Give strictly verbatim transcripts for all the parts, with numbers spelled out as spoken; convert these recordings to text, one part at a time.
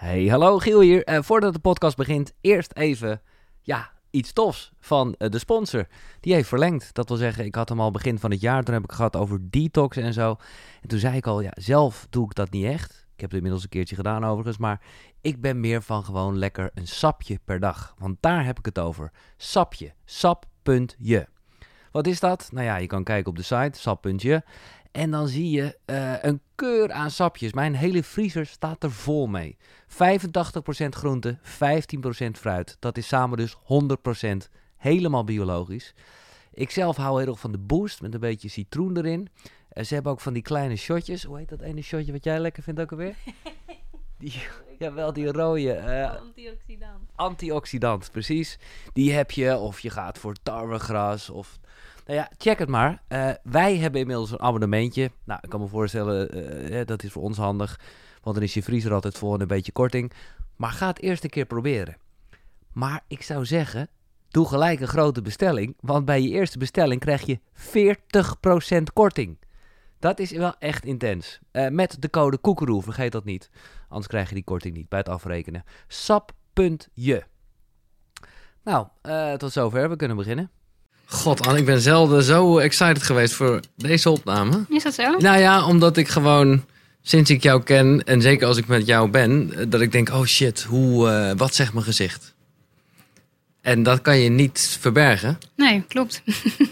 Hey, hallo, Giel hier. Uh, voordat de podcast begint, eerst even ja, iets tofs van uh, de sponsor. Die heeft verlengd. Dat wil zeggen, ik had hem al begin van het jaar. Toen heb ik het gehad over detox en zo. En toen zei ik al, ja, zelf doe ik dat niet echt. Ik heb het inmiddels een keertje gedaan overigens. Maar ik ben meer van gewoon lekker een sapje per dag. Want daar heb ik het over. Sapje. Sap punt je. Wat is dat? Nou ja, je kan kijken op de site, sap punt je. En dan zie je uh, een keur aan sapjes. Mijn hele vriezer staat er vol mee. vijfentachtig procent groente, vijftien procent fruit. Dat is samen dus honderd procent helemaal biologisch. Ik zelf hou heel erg van de Boost met een beetje citroen erin. Uh, ze hebben ook van die kleine shotjes. Hoe heet dat ene shotje wat jij lekker vindt ook alweer? Die, jawel, die rode. Uh, antioxidant. Antioxidant, precies. Die heb je of je gaat voor tarwegras of... Nou ja, check het maar. Uh, wij hebben inmiddels een abonnementje. Nou, ik kan me voorstellen, uh, uh, dat is voor ons handig. Want dan is je vriezer altijd vol en een beetje korting. Maar ga het eerst een keer proberen. Maar ik zou zeggen, doe gelijk een grote bestelling. Want bij je eerste bestelling krijg je veertig procent korting. Dat is wel echt intens. Uh, met de code Koekeroe, vergeet dat niet. Anders krijg je die korting niet bij het afrekenen. sap punt je. Nou, uh, tot zover. We kunnen beginnen. God, Anne, ik ben zelden zo excited geweest voor deze opname. Is dat zo? Nou ja, omdat ik gewoon, sinds ik jou ken, en zeker als ik met jou ben, dat ik denk, oh shit, hoe, uh, wat zegt mijn gezicht? En dat kan je niet verbergen. Nee, klopt.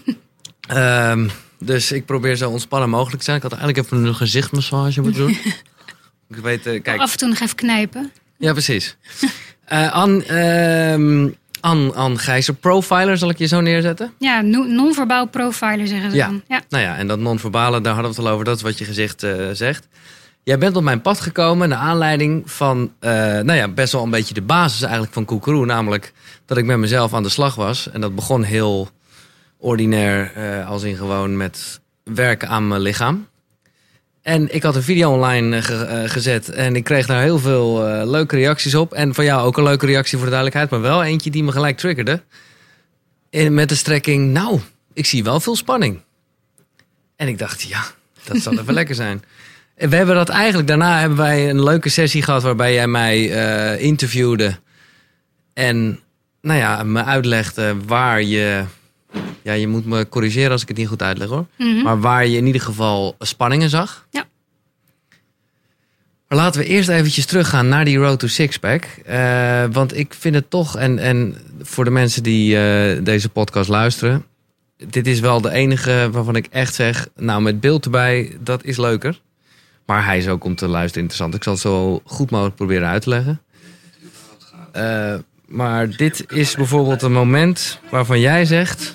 um, dus ik probeer zo ontspannen mogelijk te zijn. Ik had eigenlijk even een gezichtsmassage moeten doen. Ik weet, uh, kijk. Af en toe nog even knijpen. Ja, precies. uh, Anne... Um, Anne, Anne Gijzer, profiler, zal ik je zo neerzetten? Ja, no- non-verbaal profiler zeggen ze ja. dan. Ja, nou ja, en dat non-verbale, daar hadden we het al over. Dat is wat je gezicht uh, zegt. Jij bent op mijn pad gekomen naar aanleiding van, uh, nou ja, best wel een beetje de basis eigenlijk van Koekeroe. Namelijk dat ik met mezelf aan de slag was. En dat begon heel ordinair, uh, als in gewoon met werken aan mijn lichaam. En ik had een video online ge- uh, gezet en ik kreeg daar heel veel uh, leuke reacties op. En van jou ook een leuke reactie voor de duidelijkheid, maar wel eentje die me gelijk triggerde. En met de strekking, nou, ik zie wel veel spanning. En ik dacht, ja, dat zal even lekker zijn. En we hebben dat eigenlijk, daarna hebben wij een leuke sessie gehad waarbij jij mij uh, interviewde. En nou ja, me uitlegde waar je... Ja, je moet me corrigeren als ik het niet goed uitleg hoor. Mm-hmm. Maar waar je in ieder geval spanningen zag. Ja. Maar laten we eerst eventjes teruggaan naar die Road to Sixpack. Uh, want ik vind het toch, en, en voor de mensen die uh, deze podcast luisteren. Dit is wel de enige waarvan ik echt zeg, nou met beeld erbij, dat is leuker. Maar hij is ook om te luisteren interessant. Ik zal het zo goed mogelijk proberen uit te leggen. Uh, maar dit is bijvoorbeeld een moment waarvan jij zegt...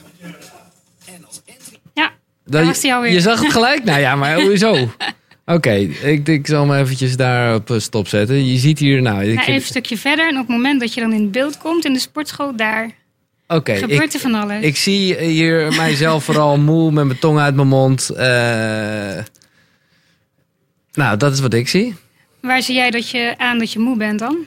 Ja, daar was hij alweer. Je zag het gelijk? Nou ja, maar hoezo? Oké, okay, ik, ik zal me eventjes daarop stop zetten. Je ziet hier... Nou, ik nou, even een stukje verder. En op het moment dat je dan in het beeld komt in de sportschool, daar okay, gebeurt ik, er van alles. Ik zie hier mijzelf vooral moe met mijn tong uit mijn mond. Uh, nou, dat is wat ik zie. Waar zie jij dat je aan dat je moe bent dan?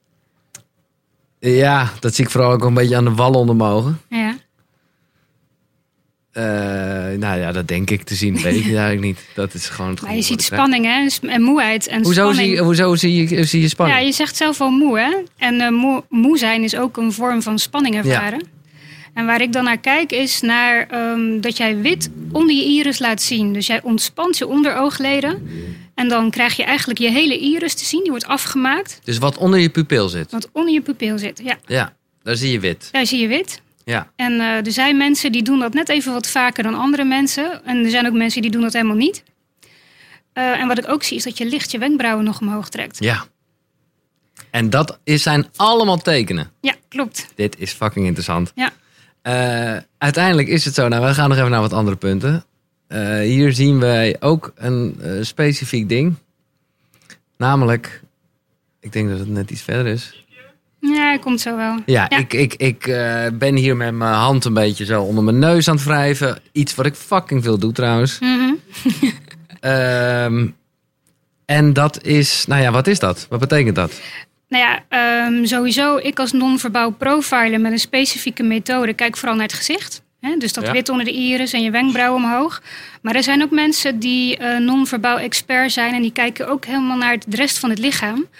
Ja, dat zie ik vooral ook een beetje aan de wallen onder mijn ogen. Ja. Uh, nou ja, dat denk ik te zien. Weet ik eigenlijk niet. Dat is gewoon het maar je ziet spanning hè? En moeheid. En hoezo, spanning. Zie, hoezo zie, je, zie je spanning? Ja, je zegt zelf al moe hè. En uh, moe, moe zijn is ook een vorm van spanning ervaren. Ja. En waar ik dan naar kijk is naar um, dat jij wit onder je iris laat zien. Dus jij ontspant je onderoogleden. En dan krijg je eigenlijk je hele iris te zien. Die wordt afgemaakt. Dus wat onder je pupil zit? Wat onder je pupil zit, ja. Ja, daar zie je wit. Daar zie je wit. Ja. En uh, er zijn mensen die doen dat net even wat vaker dan andere mensen. En er zijn ook mensen die doen dat helemaal niet. Uh, en wat ik ook zie is dat je licht je wenkbrauwen nog omhoog trekt. Ja. En dat is, zijn allemaal tekenen. Ja, klopt. Dit is fucking interessant. Ja. Uh, uiteindelijk is het zo, nou we gaan nog even naar wat andere punten. Uh, hier zien wij ook een uh, specifiek ding. Namelijk, ik denk dat het net iets verder is. Ja, hij komt zo wel. Ja, ja. ik, ik, ik uh, ben hier met mijn hand een beetje zo onder mijn neus aan het wrijven. Iets wat ik fucking veel doe trouwens. Mm-hmm. um, en dat is, nou ja, wat is dat? Wat betekent dat? Nou ja, um, sowieso, ik als non-verbaal profiler met een specifieke methode kijk vooral naar het gezicht. Hè? Dus dat ja. wit onder de iris en je wenkbrauw omhoog. Maar er zijn ook mensen die uh, non-verbaal expert zijn en die kijken ook helemaal naar de rest van het lichaam.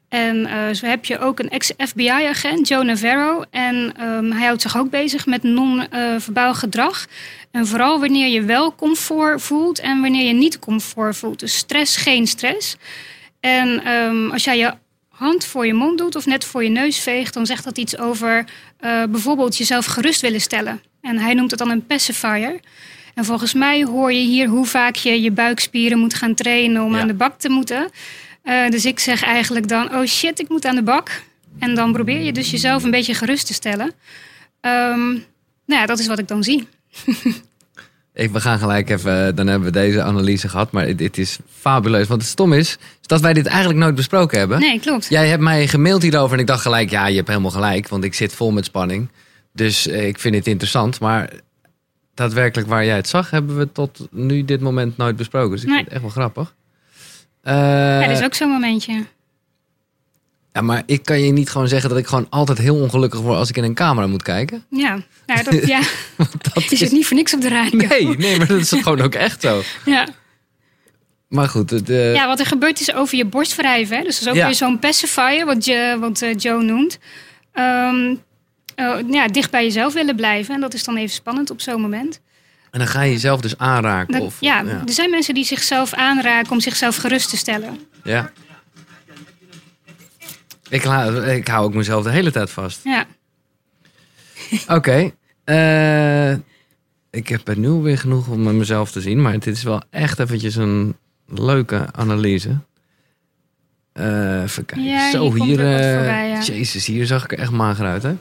En uh, zo heb je ook een ex-F B I-agent, Joe Navarro. En um, hij houdt zich ook bezig met non-verbaal gedrag. En vooral wanneer je wel comfort voelt en wanneer je niet comfort voelt. Dus stress, geen stress. En um, als jij je hand voor je mond doet of net voor je neus veegt, dan zegt dat iets over uh, bijvoorbeeld jezelf gerust willen stellen. En hij noemt het dan een pacifier. En volgens mij hoor je hier hoe vaak je je buikspieren moet gaan trainen om ja. aan de bak te moeten. Uh, dus ik zeg eigenlijk dan, oh shit, ik moet aan de bak. En dan probeer je dus jezelf een beetje gerust te stellen. Um, nou ja, dat is wat ik dan zie. Ik, we gaan gelijk even, dan hebben we deze analyse gehad. Maar dit is fabuleus. Want het stom is, is dat wij dit eigenlijk nooit besproken hebben. Nee, klopt. Jij hebt mij gemaild hierover en ik dacht gelijk, ja, je hebt helemaal gelijk. Want ik zit vol met spanning. Dus uh, ik vind het interessant. Maar daadwerkelijk waar jij het zag, hebben we tot nu dit moment nooit besproken. Dus ik nee. vind het echt wel grappig. Uh, ja, dat is ook zo'n momentje. Ja, maar ik kan je niet gewoon zeggen dat ik gewoon altijd heel ongelukkig word als ik in een camera moet kijken. Ja, nou, dat, ja. dat is het niet voor niks op de radio. Nee, nee, maar dat is gewoon ook echt zo. Ja. Maar goed. De... Ja, wat er gebeurt is over je borst wrijven. Hè? Dus dat is ook ja. weer zo'n pacifier, wat, je, wat uh, Joe noemt. Um, uh, ja, dicht bij jezelf willen blijven. En dat is dan even spannend op zo'n moment. En dan ga je jezelf dus aanraken? Dat, of, ja, ja, er zijn mensen die zichzelf aanraken om zichzelf gerust te stellen. Ja. Ik, la, ik hou ook mezelf de hele tijd vast. Ja. Oké. Okay. Uh, ik heb er nu weer genoeg om met mezelf te zien. Maar dit is wel echt eventjes een leuke analyse. Uh, even kijken. Ja, Zo, hier... hier uh, voorbij, ja. Jezus, hier zag ik er echt mager uit, hè?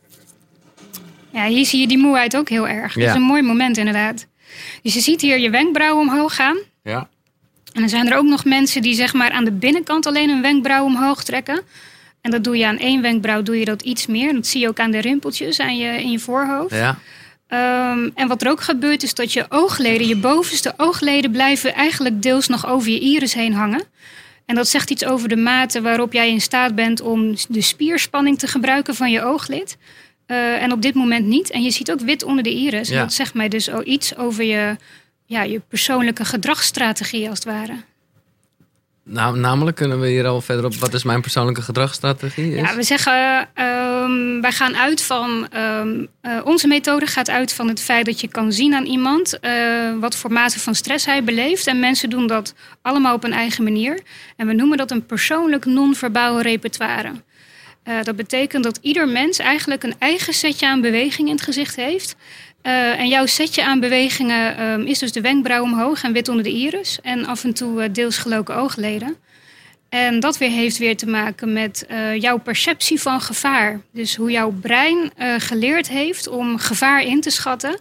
Ja, hier zie je die moeheid ook heel erg. Ja. Dat is een mooi moment inderdaad. Dus je ziet hier je wenkbrauwen omhoog gaan. Ja. En dan zijn er ook nog mensen die zeg maar aan de binnenkant alleen een wenkbrauw omhoog trekken. En dat doe je aan één wenkbrauw, doe je dat iets meer. Dat zie je ook aan de rimpeltjes aan je, in je voorhoofd. Ja. Um, en wat er ook gebeurt is dat je oogleden, je bovenste oogleden blijven eigenlijk deels nog over je iris heen hangen. En dat zegt iets over de mate waarop jij in staat bent om de spierspanning te gebruiken van je ooglid. Uh, en op dit moment niet. En je ziet ook wit onder de iris. Ja. En dat zegt mij dus ook iets over je, ja, je persoonlijke gedragsstrategie als het ware. Nou, namelijk, kunnen we hier al verder op. Wat is mijn persoonlijke gedragsstrategie? Is? Ja, we zeggen, um, wij gaan uit van, um, uh, onze methode gaat uit van het feit dat je kan zien aan iemand uh, wat voor mate van stress hij beleeft. En mensen doen dat allemaal op een eigen manier. En we noemen dat een persoonlijk non-verbaal repertoire. Uh, dat betekent dat ieder mens eigenlijk een eigen setje aan beweging in het gezicht heeft. Uh, en jouw setje aan bewegingen um, is dus de wenkbrauw omhoog en wit onder de iris. En af en toe uh, deels geloken oogleden. En dat weer heeft weer te maken met uh, jouw perceptie van gevaar. Dus hoe jouw brein uh, geleerd heeft om gevaar in te schatten.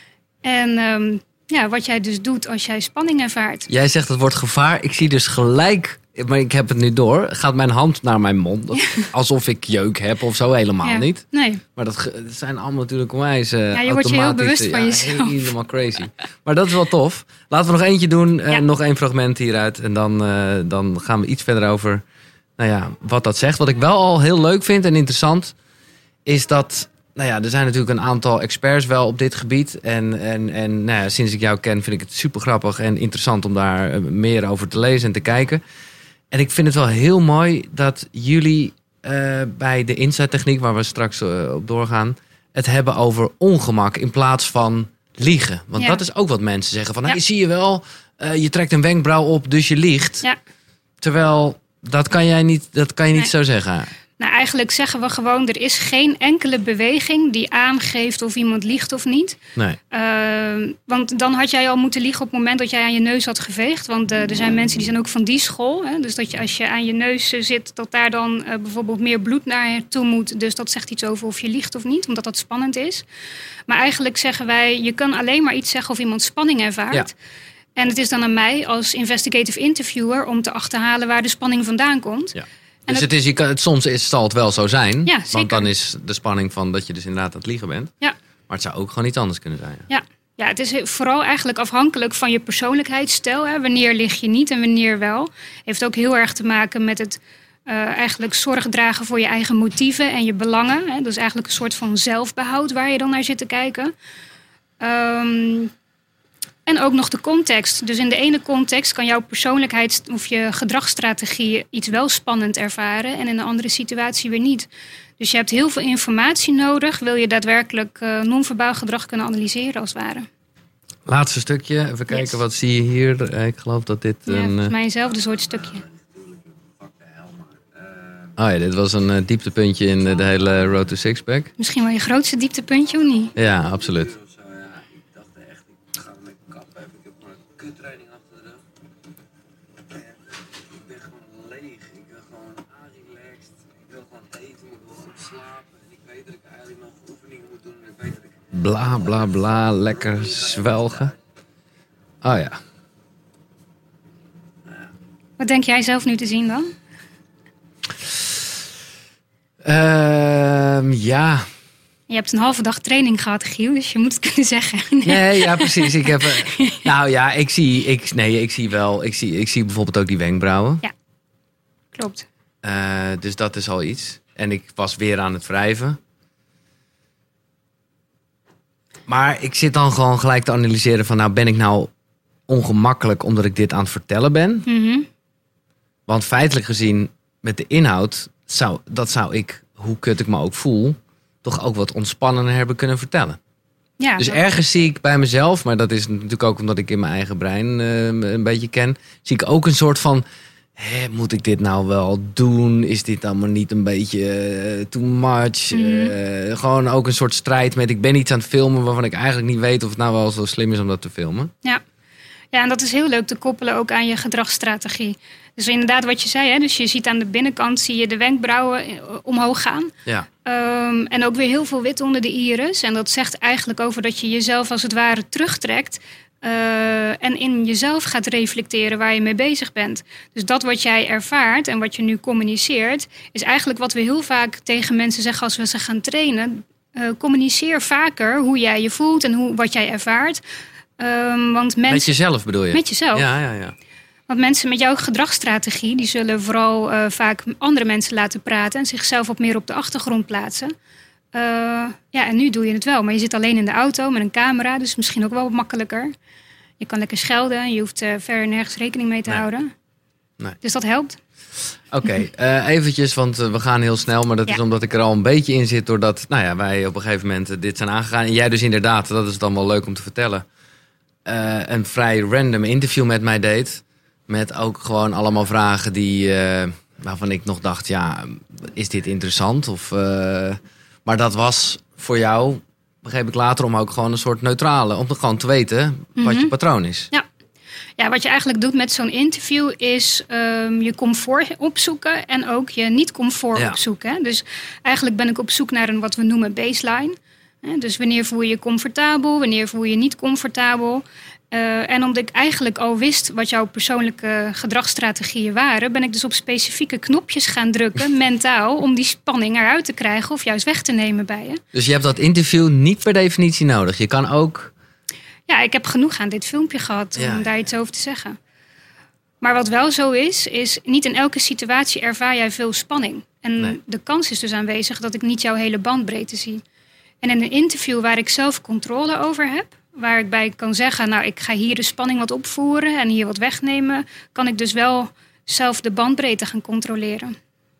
En um, ja, wat jij dus doet als jij spanning ervaart. Jij zegt het woord gevaar. Ik zie dus gelijk, maar ik heb het nu door, gaat mijn hand naar mijn mond. Ja. Alsof ik jeuk heb of zo, helemaal ja. niet. Nee. Maar dat, dat zijn allemaal natuurlijk onwijs uh, ja, je wordt je heel bewust van ja, jezelf. Helemaal crazy. Maar dat is wel tof. Laten we nog eentje doen. Ja. Uh, nog één fragment hieruit. En dan, uh, dan gaan we iets verder over nou ja, wat dat zegt. Wat ik wel al heel leuk vind en interessant is dat... Nou ja, er zijn natuurlijk een aantal experts wel op dit gebied. En, en, en nou ja, sinds ik jou ken vind ik het super grappig en interessant om daar meer over te lezen en te kijken. En ik vind het wel heel mooi dat jullie uh, bij de Insight techniek, waar we straks uh, op doorgaan, het hebben over ongemak in plaats van liegen. Want ja. dat is ook wat mensen zeggen van, ja. hey, zie je wel, uh, je trekt een wenkbrauw op, dus je liegt. Ja. Terwijl, dat kan jij niet, dat kan je niet nee. zo zeggen. Nou, eigenlijk zeggen we gewoon, er is geen enkele beweging die aangeeft of iemand liegt of niet. Nee. Uh, want dan had jij al moeten liegen op het moment dat jij aan je neus had geveegd. Want uh, er zijn mensen die zijn ook van die school. Hè? Dus dat je als je aan je neus zit, dat daar dan uh, bijvoorbeeld meer bloed naartoe moet. Dus dat zegt iets over of je liegt of niet, omdat dat spannend is. Maar eigenlijk zeggen wij, je kan alleen maar iets zeggen of iemand spanning ervaart. Ja. En het is dan aan mij als investigative interviewer om te achterhalen waar de spanning vandaan komt. Ja. Dus het, het is, je kan, het, soms is, zal het wel zo zijn. Ja, want dan is de spanning van dat je dus inderdaad aan het liegen bent. Ja. Maar het zou ook gewoon iets anders kunnen zijn. Ja, ja het is vooral eigenlijk afhankelijk van je persoonlijkheidsstijl. Hè. Wanneer lig je niet en wanneer wel. Heeft ook heel erg te maken met het uh, eigenlijk zorg dragen voor je eigen motieven en je belangen. Hè. Dus eigenlijk een soort van zelfbehoud waar je dan naar zit te kijken. Um, En ook nog de context. Dus in de ene context kan jouw persoonlijkheid of je gedragsstrategie iets wel spannend ervaren. En in een andere situatie weer niet. Dus je hebt heel veel informatie nodig. Wil je daadwerkelijk uh, non-verbaal gedrag kunnen analyseren als het ware. Laatste stukje. Even kijken, yes. Wat zie je hier? Ik geloof dat dit ja, een... volgens mij eenzelfde soort stukje. Oh ja, dit was een uh, dieptepuntje in de, de hele Road to Sixpack. Misschien wel je grootste dieptepuntje, of niet? Ja, absoluut. Ik dacht echt, ik ga met kap hebben. Ik heb gewoon een kuttraining achter de rug. Ik ben gewoon leeg. Ik ben gewoon relaxed. Ik wil gewoon eten, ik wil goed slapen. En ik weet dat ik eigenlijk nog oefeningen moet doen. En ik weet dat ik... Bla, bla, bla. Lekker zwelgen. Oh ja. Wat denk jij zelf nu te zien dan? Uh, ja. Je hebt een halve dag training gehad, Giel, dus je moet het kunnen zeggen. Nee, nee ja, precies. Ik heb, uh, nou ja, ik zie, ik, nee, ik zie wel, ik zie, ik zie bijvoorbeeld ook die wenkbrauwen. Ja, klopt. Uh, dus dat is al iets. En ik was weer aan het wrijven. Maar ik zit dan gewoon gelijk te analyseren van, nou ben ik nou ongemakkelijk omdat ik dit aan het vertellen ben? Mm-hmm. Want feitelijk gezien, met de inhoud, zou, dat zou ik, hoe kut ik me ook voel, toch ook wat ontspannender hebben kunnen vertellen. Ja, dus dat... ergens zie ik bij mezelf, maar dat is natuurlijk ook omdat ik in mijn eigen brein uh, een beetje ken, zie ik ook een soort van, hé, moet ik dit nou wel doen? Is dit allemaal niet een beetje uh, too much? Mm-hmm. Uh, gewoon ook een soort strijd met, ik ben iets aan het filmen waarvan ik eigenlijk niet weet of het nou wel zo slim is om dat te filmen. Ja. Ja, en dat is heel leuk te koppelen ook aan je gedragsstrategie. Dus inderdaad wat je zei, hè, dus je ziet aan de binnenkant zie je de wenkbrauwen omhoog gaan. Ja. Um, en ook weer heel veel wit onder de iris. En dat zegt eigenlijk over dat je jezelf als het ware terugtrekt. Uh, en in jezelf gaat reflecteren waar je mee bezig bent. Dus dat wat jij ervaart en wat je nu communiceert, is eigenlijk wat we heel vaak tegen mensen zeggen als we ze gaan trainen. Uh, communiceer vaker hoe jij je voelt en hoe, wat jij ervaart. Um, want mensen, met jezelf bedoel je? Met jezelf. Ja, ja, ja. Want mensen met jouw gedragsstrategie, die zullen vooral uh, vaak andere mensen laten praten en zichzelf wat meer op de achtergrond plaatsen. Uh, ja, en nu doe je het wel, maar je zit alleen in de auto met een camera, dus misschien ook wel wat makkelijker. Je kan lekker schelden, je hoeft uh, verder nergens rekening mee te nee. houden. Nee. Dus dat helpt. Oké, okay, uh, eventjes, want uh, we gaan heel snel, maar dat ja. is omdat ik er al een beetje in zit, doordat nou ja, wij op een gegeven moment uh, dit zijn aangegaan. En jij dus inderdaad, dat is dan wel leuk om te vertellen, uh, een vrij random interview met mij deed. Met ook gewoon allemaal vragen die, uh, waarvan ik nog dacht, ja, is dit interessant? Of, uh, maar dat was voor jou, begreep ik later, om ook gewoon een soort neutrale, om gewoon te weten mm-hmm. wat je patroon is. Ja. Ja, wat je eigenlijk doet met zo'n interview is um, je comfort opzoeken en ook je niet-comfort ja. opzoeken. Hè? Dus eigenlijk ben ik op zoek naar een wat we noemen baseline. Hè? Dus wanneer voel je je comfortabel, wanneer voel je je niet comfortabel. Uh, en omdat ik eigenlijk al wist wat jouw persoonlijke gedragsstrategieën waren, ben ik dus op specifieke knopjes gaan drukken, mentaal, om die spanning eruit te krijgen of juist weg te nemen bij je. Dus je hebt dat interview niet per definitie nodig. Je kan ook... Ja, ik heb genoeg aan dit filmpje gehad om ja. daar iets over te zeggen. Maar wat wel zo is, is niet in elke situatie ervaar jij veel spanning. En nee. de kans is dus aanwezig dat ik niet jouw hele bandbreedte zie. En in een interview waar ik zelf controle over heb, waar ik bij kan zeggen, nou, ik ga hier de spanning wat opvoeren en hier wat wegnemen, kan ik dus wel zelf de bandbreedte gaan controleren.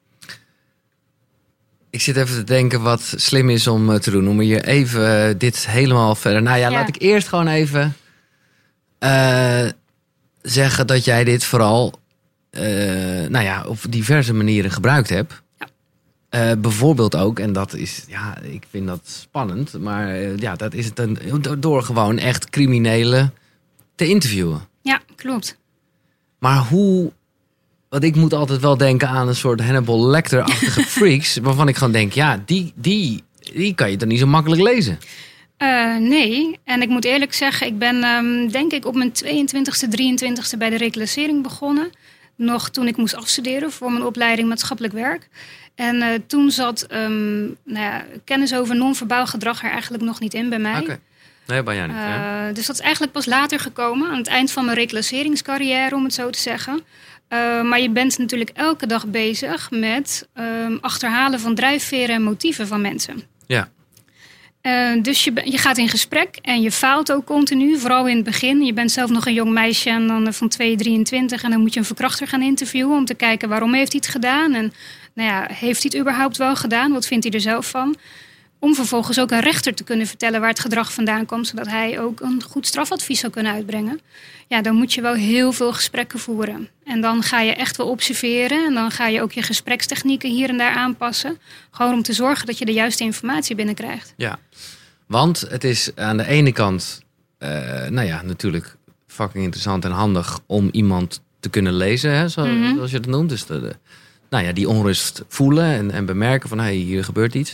Ik zit even te denken wat slim is om te doen. Om je even uh, dit helemaal verder... Nou ja, ja, laat ik eerst gewoon even uh, zeggen dat jij dit vooral uh, nou ja, op diverse manieren gebruikt hebt. Ja. Uh, bijvoorbeeld ook, en dat is, ja, ik vind dat spannend. Maar uh, ja, dat is het een, door gewoon echt criminelen te interviewen. Ja, klopt. Maar hoe... Want ik moet altijd wel denken aan een soort Hannibal Lecter-achtige freaks, waarvan ik gewoon denk, ja, die, die, die kan je dan niet zo makkelijk lezen. Uh, nee, en ik moet eerlijk zeggen, ik ben um, denk ik op mijn tweeëntwintigste, drieëntwintigste bij de reclassering begonnen. Nog toen ik moest afstuderen voor mijn opleiding maatschappelijk werk. En uh, toen zat um, nou ja, kennis over non-verbaal gedrag er eigenlijk nog niet in bij mij. Okay. Nee, bij jou niet. Uh, ja. Dus dat is eigenlijk pas later gekomen, aan het eind van mijn reclasseringscarrière, om het zo te zeggen. Uh, maar je bent natuurlijk elke dag bezig met um, achterhalen van drijfveren en motieven van mensen. Ja. Uh, dus je, je gaat in gesprek en je faalt ook continu, vooral in het begin. Je bent zelf nog een jong meisje en dan van twee, drieëntwintig en dan moet je een verkrachter gaan interviewen om te kijken waarom heeft hij het gedaan en nou ja, heeft hij het überhaupt wel gedaan? Wat vindt hij er zelf van? Om vervolgens ook een rechter te kunnen vertellen waar het gedrag vandaan komt, zodat hij ook een goed strafadvies zou kunnen uitbrengen. Ja, dan moet je wel heel veel gesprekken voeren. En dan ga je echt wel observeren en dan ga je ook je gesprekstechnieken hier en daar aanpassen. Gewoon om te zorgen dat je de juiste informatie binnenkrijgt. Ja, want het is aan de ene kant, uh, nou ja, natuurlijk fucking interessant en handig om iemand te kunnen lezen, hè, zo, mm-hmm. zoals je het noemt. Dus de, de, nou ja, die onrust voelen en, en bemerken van, hé, hey, hier gebeurt iets.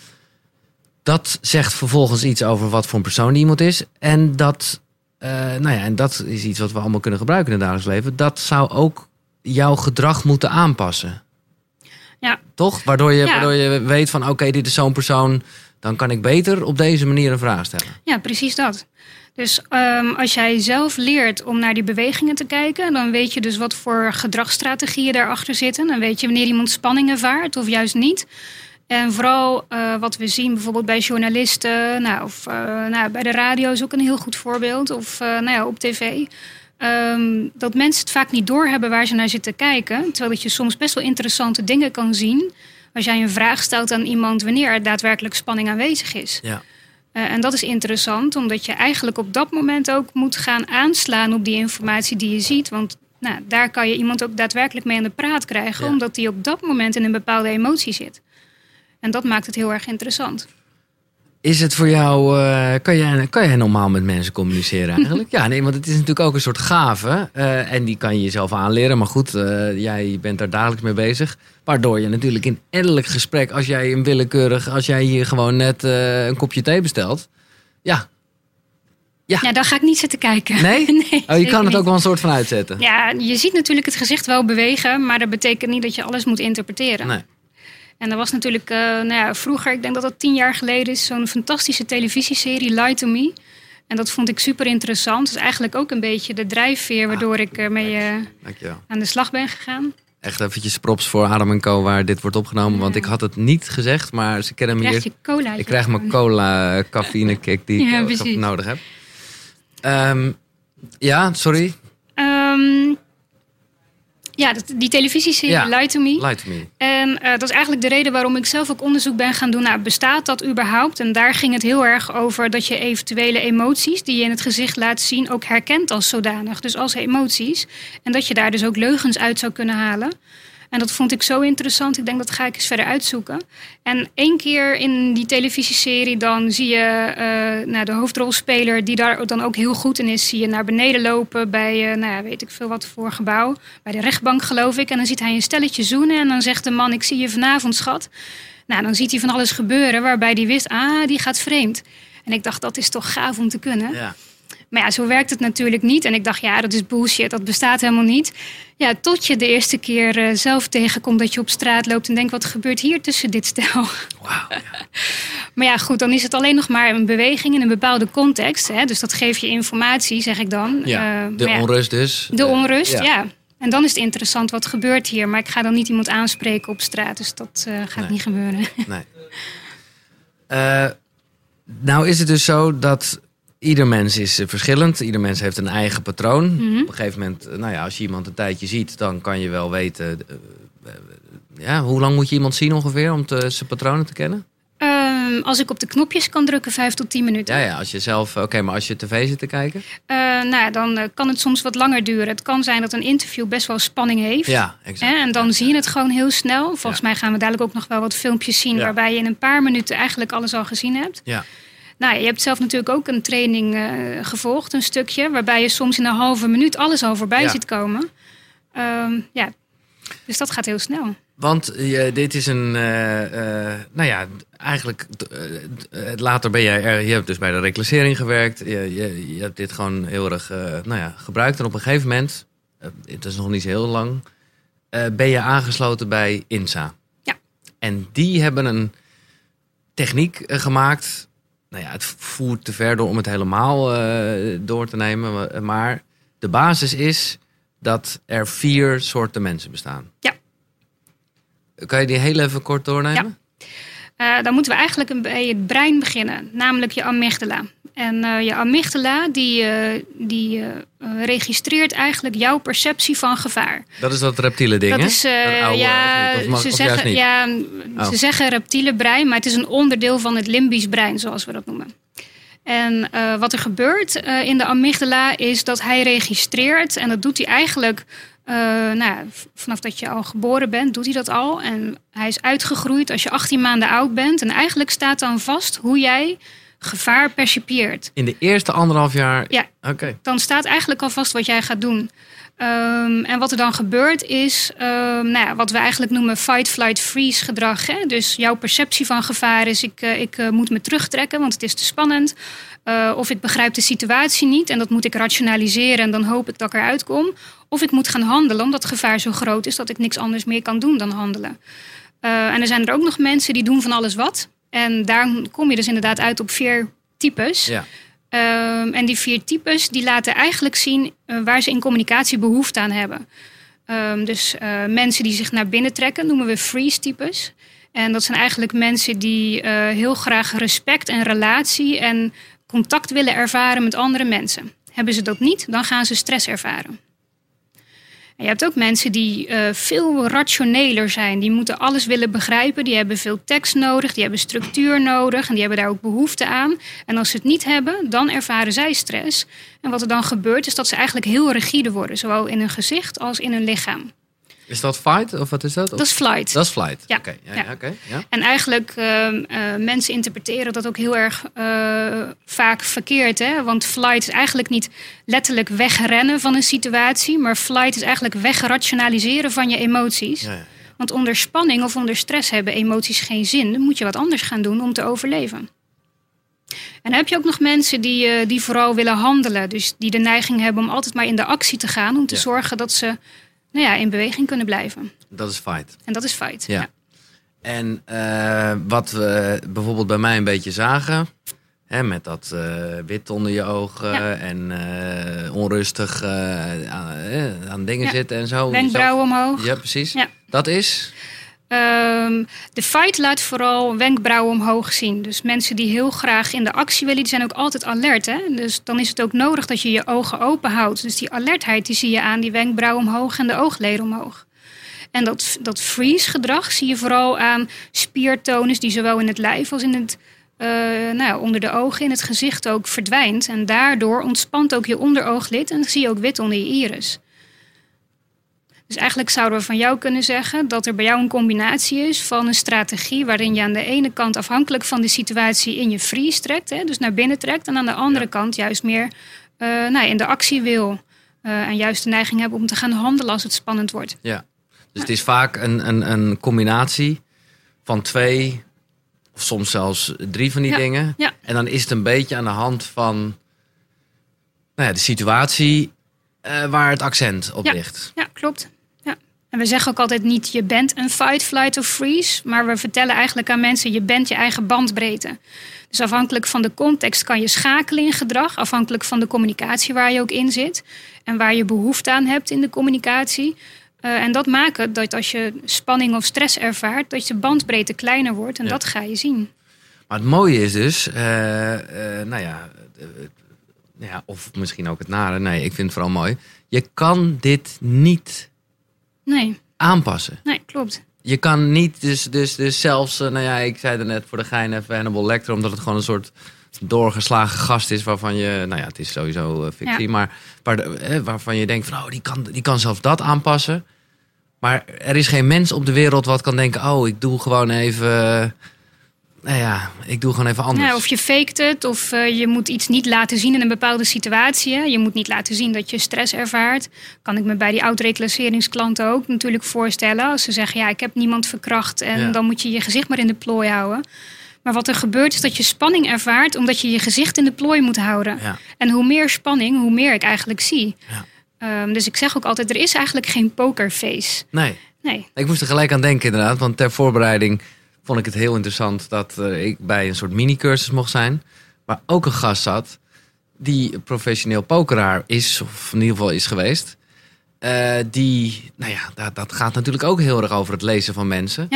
Dat zegt vervolgens iets over wat voor een persoon die iemand is. En dat, uh, nou ja, en dat is iets wat we allemaal kunnen gebruiken in het dagelijks leven. Dat zou ook jouw gedrag moeten aanpassen. Ja. Toch? Waardoor je, ja. waardoor je weet van, oké, okay, dit is zo'n persoon. Dan kan ik beter op deze manier een vraag stellen. Ja, precies dat. Dus um, als jij zelf leert om naar die bewegingen te kijken, dan weet je dus wat voor gedragsstrategieën daarachter zitten. Dan weet je wanneer iemand spanning ervaart of juist niet. En vooral uh, wat we zien bijvoorbeeld bij journalisten, nou, of uh, nou, bij de radio is ook een heel goed voorbeeld, of uh, nou ja, op tv. Um, dat mensen het vaak niet doorhebben waar ze naar zitten kijken. Terwijl dat je soms best wel interessante dingen kan zien als jij een vraag stelt aan iemand wanneer er daadwerkelijk spanning aanwezig is. Ja. Uh, en dat is interessant, omdat je eigenlijk op dat moment ook moet gaan aanslaan op die informatie die je ziet. Want nou, daar kan je iemand ook daadwerkelijk mee aan de praat krijgen, ja. omdat die op dat moment in een bepaalde emotie zit. En dat maakt het heel erg interessant. Is het voor jou, uh, kan, jij, kan jij normaal met mensen communiceren eigenlijk? Ja, nee, want het is natuurlijk ook een soort gave. Uh, en die kan je jezelf aanleren. Maar goed, uh, jij bent daar dagelijks mee bezig. Waardoor je natuurlijk in elk gesprek, als jij een willekeurig, als jij hier gewoon net uh, een kopje thee bestelt. Ja. Ja. ja, dan ga ik niet zitten kijken. Nee? nee oh, je kan het niet. ook wel een soort van uitzetten. Ja, je ziet natuurlijk het gezicht wel bewegen, maar dat betekent niet dat je alles moet interpreteren. Nee. En er was natuurlijk uh, nou ja, vroeger, ik denk dat dat tien jaar geleden is, zo'n fantastische televisieserie, Lie to Me. En dat vond ik super interessant. Dat is eigenlijk ook een beetje de drijfveer waardoor ah, ik ermee uh, aan de slag ben gegaan. Echt eventjes props voor Adam en Co waar dit wordt opgenomen. Ja. Want ik had het niet gezegd, maar ze kennen me hier. Je cola ik krijg mijn cola cafeïne kick die ja, ik nodig heb. Um, ja, sorry. Um, Ja, die televisieserie ja, Lie to Me. Lie to Me. En uh, dat is eigenlijk de reden waarom ik zelf ook onderzoek ben gaan doen. Nou, bestaat dat überhaupt? En daar ging het heel erg over dat je eventuele emoties die je in het gezicht laat zien ook herkent als zodanig. Dus als emoties. En dat je daar dus ook leugens uit zou kunnen halen. En dat vond ik zo interessant. Ik denk, dat ga ik eens verder uitzoeken. En één keer in die televisieserie dan zie je uh, nou, de hoofdrolspeler die daar dan ook heel goed in is, zie je naar beneden lopen bij, uh, nou ja, weet ik veel wat voor gebouw. Bij de rechtbank geloof ik. En dan ziet hij een stelletje zoenen en dan zegt de man, ik zie je vanavond, schat. Nou, dan ziet hij van alles gebeuren waarbij hij wist, ah, die gaat vreemd. En ik dacht, dat is toch gaaf om te kunnen. Ja. Maar ja, zo werkt het natuurlijk niet. En ik dacht, ja, dat is bullshit, dat bestaat helemaal niet. Ja, tot je de eerste keer uh, zelf tegenkomt dat je op straat loopt en denkt, wat gebeurt hier tussen dit stel? Wow, ja. Maar ja, goed, dan is het alleen nog maar een beweging in een bepaalde context. Hè? Dus dat geeft je informatie, zeg ik dan. Ja, uh, de ja, onrust dus. De onrust, ja. ja. En dan is het interessant, wat gebeurt hier? Maar ik ga dan niet iemand aanspreken op straat, dus dat uh, gaat nee. niet gebeuren. Nee. Uh, nou is het dus zo dat ieder mens is uh, verschillend. Ieder mens heeft een eigen patroon. Mm-hmm. Op een gegeven moment, uh, nou ja, als je iemand een tijdje ziet, dan kan je wel weten, uh, uh, ja, hoe lang moet je iemand zien ongeveer om te, zijn patronen te kennen? Um, als ik op de knopjes kan drukken, vijf tot tien minuten. Ja, ja, als je zelf, oké, okay, maar als je tv zit te kijken? Uh, nou ja, dan uh, kan het soms wat langer duren. Het kan zijn dat een interview best wel spanning heeft. Ja, exact. Hè? En dan ja, zie je het gewoon heel snel. Volgens ja. mij gaan we dadelijk ook nog wel wat filmpjes zien, ja. waarbij je in een paar minuten eigenlijk alles al gezien hebt. Ja. Nou, je hebt zelf natuurlijk ook een training uh, gevolgd, een stukje, waarbij je soms in een halve minuut alles al voorbij ja. ziet komen. Um, ja, dus dat gaat heel snel. Want uh, dit is een, uh, uh, nou ja, eigenlijk, uh, later ben jij er, je hebt dus bij de reclassering gewerkt. Je, je, je hebt dit gewoon heel erg, uh, nou ja, gebruikt. En op een gegeven moment, uh, het is nog niet zo heel lang, uh, ben je aangesloten bij INSA. Ja. En die hebben een techniek uh, gemaakt. Nou ja, het voert te ver door om het helemaal uh, door te nemen. Maar de basis is dat er vier soorten mensen bestaan. Ja. Kan je die heel even kort doornemen? Uh, dan moeten we eigenlijk bij het brein beginnen, namelijk je amygdala. En uh, je amygdala die, uh, die uh, registreert eigenlijk jouw perceptie van gevaar. Dat is dat reptiele ding, dat hè? Is, uh, dat oude, ja, of mag, ze, of zeggen, niet? ja oh. ze zeggen reptiele brein, maar het is een onderdeel van het limbisch brein, zoals we dat noemen. En uh, wat er gebeurt uh, in de amygdala is dat hij registreert, en dat doet hij eigenlijk Uh, nou ja, vanaf dat je al geboren bent, doet hij dat al. En hij is uitgegroeid als je achttien maanden oud bent. En eigenlijk staat dan vast hoe jij gevaar percipieert. In de eerste anderhalf jaar? Ja, okay. Dan staat eigenlijk al vast wat jij gaat doen. Um, en wat er dan gebeurt is, um, nou ja, wat we eigenlijk noemen fight, flight, freeze gedrag. Hè? Dus jouw perceptie van gevaar is, ik, uh, ik uh, moet me terugtrekken, want het is te spannend. Uh, of ik begrijp de situatie niet en dat moet ik rationaliseren en dan hoop ik dat ik eruit kom. Of ik moet gaan handelen omdat het gevaar zo groot is dat ik niks anders meer kan doen dan handelen. Uh, en er zijn er ook nog mensen die doen van alles wat. En daar kom je dus inderdaad uit op vier types. Ja. Uh, en die vier types die laten eigenlijk zien uh, waar ze in communicatie behoefte aan hebben. Uh, dus uh, mensen die zich naar binnen trekken noemen we freeze-types. En dat zijn eigenlijk mensen die uh, heel graag respect en relatie en contact willen ervaren met andere mensen. Hebben ze dat niet, dan gaan ze stress ervaren. En je hebt ook mensen die uh, veel rationeler zijn. Die moeten alles willen begrijpen. Die hebben veel tekst nodig. Die hebben structuur nodig. En die hebben daar ook behoefte aan. En als ze het niet hebben, dan ervaren zij stress. En wat er dan gebeurt, is dat ze eigenlijk heel rigide worden. Zowel in hun gezicht als in hun lichaam. Is dat fight of wat is dat? Of? Dat is flight. Dat is flight. Ja. Okay. Ja, ja. Ja, okay. Ja. En eigenlijk, uh, uh, mensen interpreteren dat ook heel erg uh, vaak verkeerd. Hè? Want flight is eigenlijk niet letterlijk wegrennen van een situatie. Maar flight is eigenlijk wegrationaliseren van je emoties. Ja, ja, ja. Want onder spanning of onder stress hebben emoties geen zin. Dan moet je wat anders gaan doen om te overleven. En dan heb je ook nog mensen die, uh, die vooral willen handelen. Dus die de neiging hebben om altijd maar in de actie te gaan. Om te Ja. zorgen dat ze nou ja, in beweging kunnen blijven. Dat is fight. En dat is fight. Ja. Ja. En uh, wat we bijvoorbeeld bij mij een beetje zagen, hè, met dat uh, wit onder je ogen Ja. en uh, onrustig uh, aan, uh, aan dingen Ja. zitten en zo. Wenkbrauwen omhoog. Ja, precies. Ja. Dat is? Um, de fight laat vooral wenkbrauwen omhoog zien. Dus mensen die heel graag in de actie willen, die zijn ook altijd alert. Hè? Dus dan is het ook nodig dat je je ogen open houdt. Dus die alertheid die zie je aan die wenkbrauwen omhoog en de oogleden omhoog. En dat, dat freeze-gedrag zie je vooral aan spiertonus die zowel in het lijf als in het, uh, nou ja, onder de ogen, in het gezicht ook verdwijnt. En daardoor ontspant ook je onderooglid en dan zie je ook wit onder je iris. Dus eigenlijk zouden we van jou kunnen zeggen dat er bij jou een combinatie is van een strategie waarin je aan de ene kant afhankelijk van de situatie in je freeze trekt, hè, dus naar binnen trekt, en aan de andere ja. kant juist meer uh, nou, in de actie wil. Uh, en juist de neiging hebben om te gaan handelen als het spannend wordt. Ja, dus het is vaak een, een, een combinatie van twee of soms zelfs drie van die ja. dingen. Ja. En dan is het een beetje aan de hand van nou ja, de situatie uh, waar het accent op ja. ligt. Ja, klopt. Ja. En we zeggen ook altijd niet je bent een fight, flight of freeze. Maar we vertellen eigenlijk aan mensen je bent je eigen bandbreedte. Dus afhankelijk van de context kan je schakelen in gedrag. Afhankelijk van de communicatie waar je ook in zit. En waar je behoefte aan hebt in de communicatie. Uh, en dat maakt dat als je spanning of stress ervaart, dat je bandbreedte kleiner wordt. En ja. dat ga je zien. Maar het mooie is dus, uh, uh, nou ja, uh, ja, of misschien ook het nare. Nee, ik vind het vooral mooi. Je kan dit niet nee. aanpassen. Nee, klopt. Je kan niet, dus, dus, dus zelfs, uh, nou ja, ik zei er net voor de gein even Hannibal Lecter, omdat het gewoon een soort doorgeslagen gast is waarvan je, nou ja, het is sowieso uh, fictie, ja. maar waar de, eh, waarvan je denkt van, oh, die kan, die kan zelfs dat aanpassen. Maar er is geen mens op de wereld wat kan denken, oh, ik doe gewoon even, uh, nou ja, ik doe gewoon even anders. Ja, of je faked het, of uh, je moet iets niet laten zien in een bepaalde situatie. Je moet niet laten zien dat je stress ervaart. Kan ik me bij die oud-reclasseringsklanten ook natuurlijk voorstellen. Als ze zeggen, ja, ik heb niemand verkracht en ja. dan moet je je gezicht maar in de plooi houden. Maar wat er gebeurt is dat je spanning ervaart omdat je je gezicht in de plooi moet houden. Ja. En hoe meer spanning, hoe meer ik eigenlijk zie. Ja. Um, dus ik zeg ook altijd, er is eigenlijk geen pokerface. Nee. nee. Ik moest er gelijk aan denken inderdaad, want ter voorbereiding vond ik het heel interessant dat uh, ik bij een soort mini-cursus mocht zijn. Waar ook een gast zat die professioneel pokeraar is, of in ieder geval is geweest. Uh, die, nou ja, dat, dat gaat natuurlijk ook heel erg over het lezen van mensen. Ja.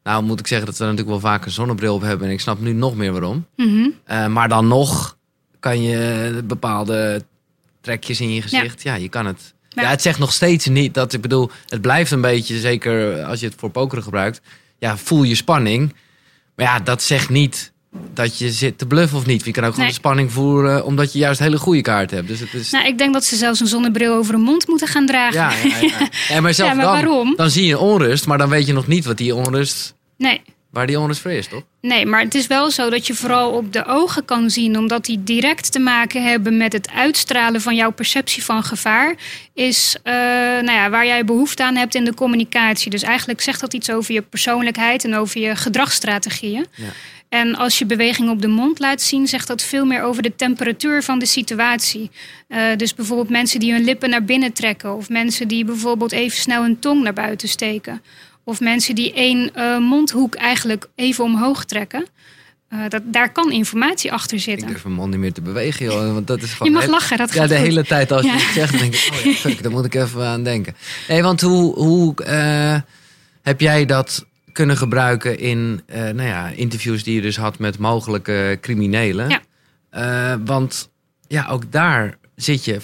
Nou moet ik zeggen dat we natuurlijk wel vaak een zonnebril op hebben. En ik snap nu nog meer waarom. Mm-hmm. Uh, maar dan nog kan je bepaalde trekjes in je gezicht. Ja, ja je kan het. Ja. ja, het zegt nog steeds niet dat, ik bedoel, het blijft een beetje, zeker als je het voor pokeren gebruikt. Ja, voel je spanning. Maar ja, dat zegt niet dat je zit te bluffen of niet. Je kan ook gewoon nee. de spanning voeren omdat je juist hele goede kaart hebt. Dus het is... Nou, ik denk dat ze zelfs een zonnebril over de mond moeten gaan dragen. Ja, ja, ja. ja maar, zelf ja, maar dan, waarom? Dan zie je onrust, maar dan weet je nog niet wat die onrust... Nee. Waar die onrust voor is, toch? Nee, maar het is wel zo dat je vooral op de ogen kan zien, omdat die direct te maken hebben met het uitstralen van jouw perceptie van gevaar, is uh, nou ja, waar jij behoefte aan hebt in de communicatie. Dus eigenlijk zegt dat iets over je persoonlijkheid en over je gedragsstrategieën. Ja. En als je beweging op de mond laat zien, zegt dat veel meer over de temperatuur van de situatie. Uh, dus bijvoorbeeld mensen die hun lippen naar binnen trekken, of mensen die bijvoorbeeld even snel hun tong naar buiten steken. Of mensen die één uh, mondhoek eigenlijk even omhoog trekken. Uh, dat, daar kan informatie achter zitten. Ik durf mijn mond niet meer te bewegen, joh. Want dat is gewoon je mag heel... lachen, dat ja, gaat de goed. hele tijd als je ja. het zegt, dan denk ik... Oh ja, fuck, daar moet ik even aan denken. Nee, want hoe, hoe uh, heb jij dat kunnen gebruiken in uh, nou ja, interviews die je dus had met mogelijke criminelen? Ja. Uh, want ja, ook daar zit je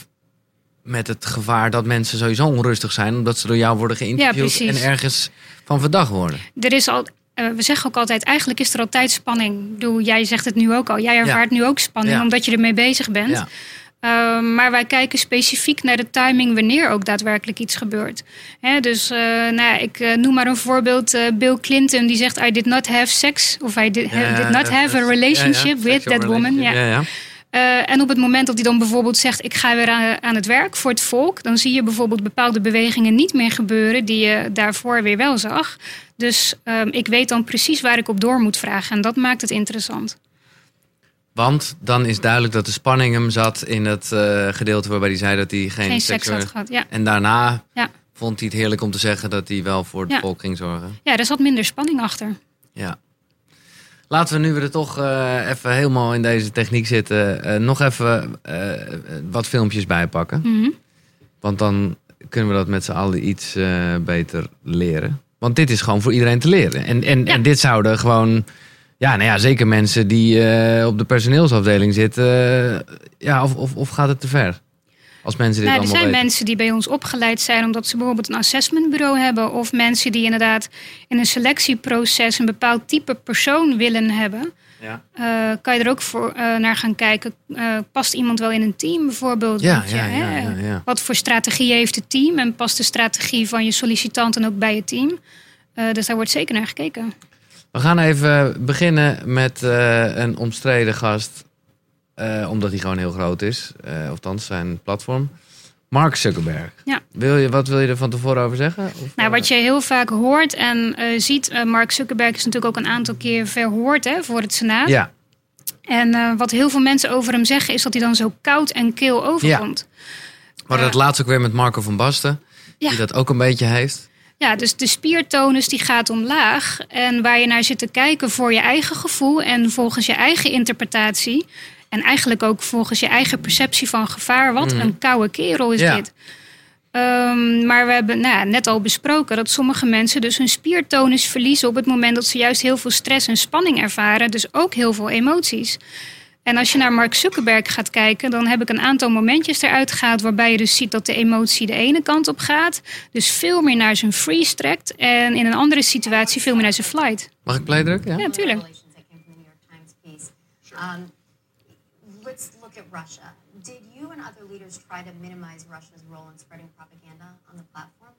met het gevaar dat mensen sowieso onrustig zijn, omdat ze door jou worden geïnterviewd ja, en ergens van verdacht worden. Er is al, uh, we zeggen ook altijd, eigenlijk is er altijd spanning. Ik bedoel, jij zegt het nu ook al. Jij ervaart ja. nu ook spanning, ja. omdat je ermee bezig bent. Ja. Uh, maar wij kijken specifiek naar de timing wanneer ook daadwerkelijk iets gebeurt. Hè, dus uh, nou ja, ik uh, noem maar een voorbeeld. Uh, Bill Clinton die zegt I did not have sex. Of I did, ja, did not have a relationship ja, ja. with that woman. Ja. Ja, ja. Uh, en op het moment dat hij dan bijvoorbeeld zegt ik ga weer aan, aan het werk voor het volk, dan zie je bijvoorbeeld bepaalde bewegingen niet meer gebeuren die je daarvoor weer wel zag. Dus uh, ik weet dan precies waar ik op door moet vragen. En dat maakt het interessant. Want dan is duidelijk dat de spanning hem zat in het uh, gedeelte waarbij hij zei dat hij geen, geen seks, seks had gehad. Ja. En daarna ja. vond hij het heerlijk om te zeggen dat hij wel voor het ja. volk ging zorgen. Ja, er zat minder spanning achter. Ja. Laten we nu we er toch uh, even helemaal in deze techniek zitten, uh, nog even uh, wat filmpjes bijpakken. Mm-hmm. Want dan kunnen we dat met z'n allen iets uh, beter leren. Want dit is gewoon voor iedereen te leren. En, en, ja. en dit zouden gewoon... Ja, nou ja, zeker mensen die uh, op de personeelsafdeling zitten. Uh, ja, of, of, of gaat het te ver? Als mensen dit nou, allemaal er zijn weten. mensen die bij ons opgeleid zijn omdat ze bijvoorbeeld een assessmentbureau hebben. Of mensen die inderdaad in een selectieproces een bepaald type persoon willen hebben. Ja. Uh, kan je er ook voor, uh, naar gaan kijken. Uh, past iemand wel in een team bijvoorbeeld? Ja, je, ja, hè? ja, ja, ja. Wat voor strategie heeft het team? En past de strategie van je sollicitant dan ook bij het team? Uh, dus daar wordt zeker naar gekeken. We gaan even beginnen met uh, een omstreden gast. Uh, omdat hij gewoon heel groot is. Uh, althans, zijn platform. Mark Zuckerberg. Ja. Wil je, wat wil je er van tevoren over zeggen? Of, nou, wat je heel vaak hoort en uh, ziet... Uh, Mark Zuckerberg is natuurlijk ook een aantal keer verhoord hè, voor het Senaat. Ja. En uh, wat heel veel mensen over hem zeggen... is dat hij dan zo koud en kil overkomt. Ja. Maar uh, dat laatst ook weer met Marco van Basten. Ja. Die dat ook een beetje heeft. Ja, dus de spiertonus die gaat omlaag. En waar je naar zit te kijken voor je eigen gevoel... en volgens je eigen interpretatie... en eigenlijk ook volgens je eigen perceptie van gevaar... wat mm. een koude kerel is ja. dit. Um, maar we hebben nou ja, net al besproken... dat sommige mensen dus hun spiertonus verliezen... op het moment dat ze juist heel veel stress en spanning ervaren. Dus ook heel veel emoties. En als je naar Mark Zuckerberg gaat kijken... dan heb ik een aantal momentjes eruit gehaald... waarbij je dus ziet dat de emotie de ene kant op gaat. Dus veel meer naar zijn freeze trekt. En in een andere situatie veel meer naar zijn flight. Mag ik play drukken? Ja, ja tuurlijk. Um, let's look at Russia. Did you and other leaders try to minimize Russia's role in spreading propaganda on the platform?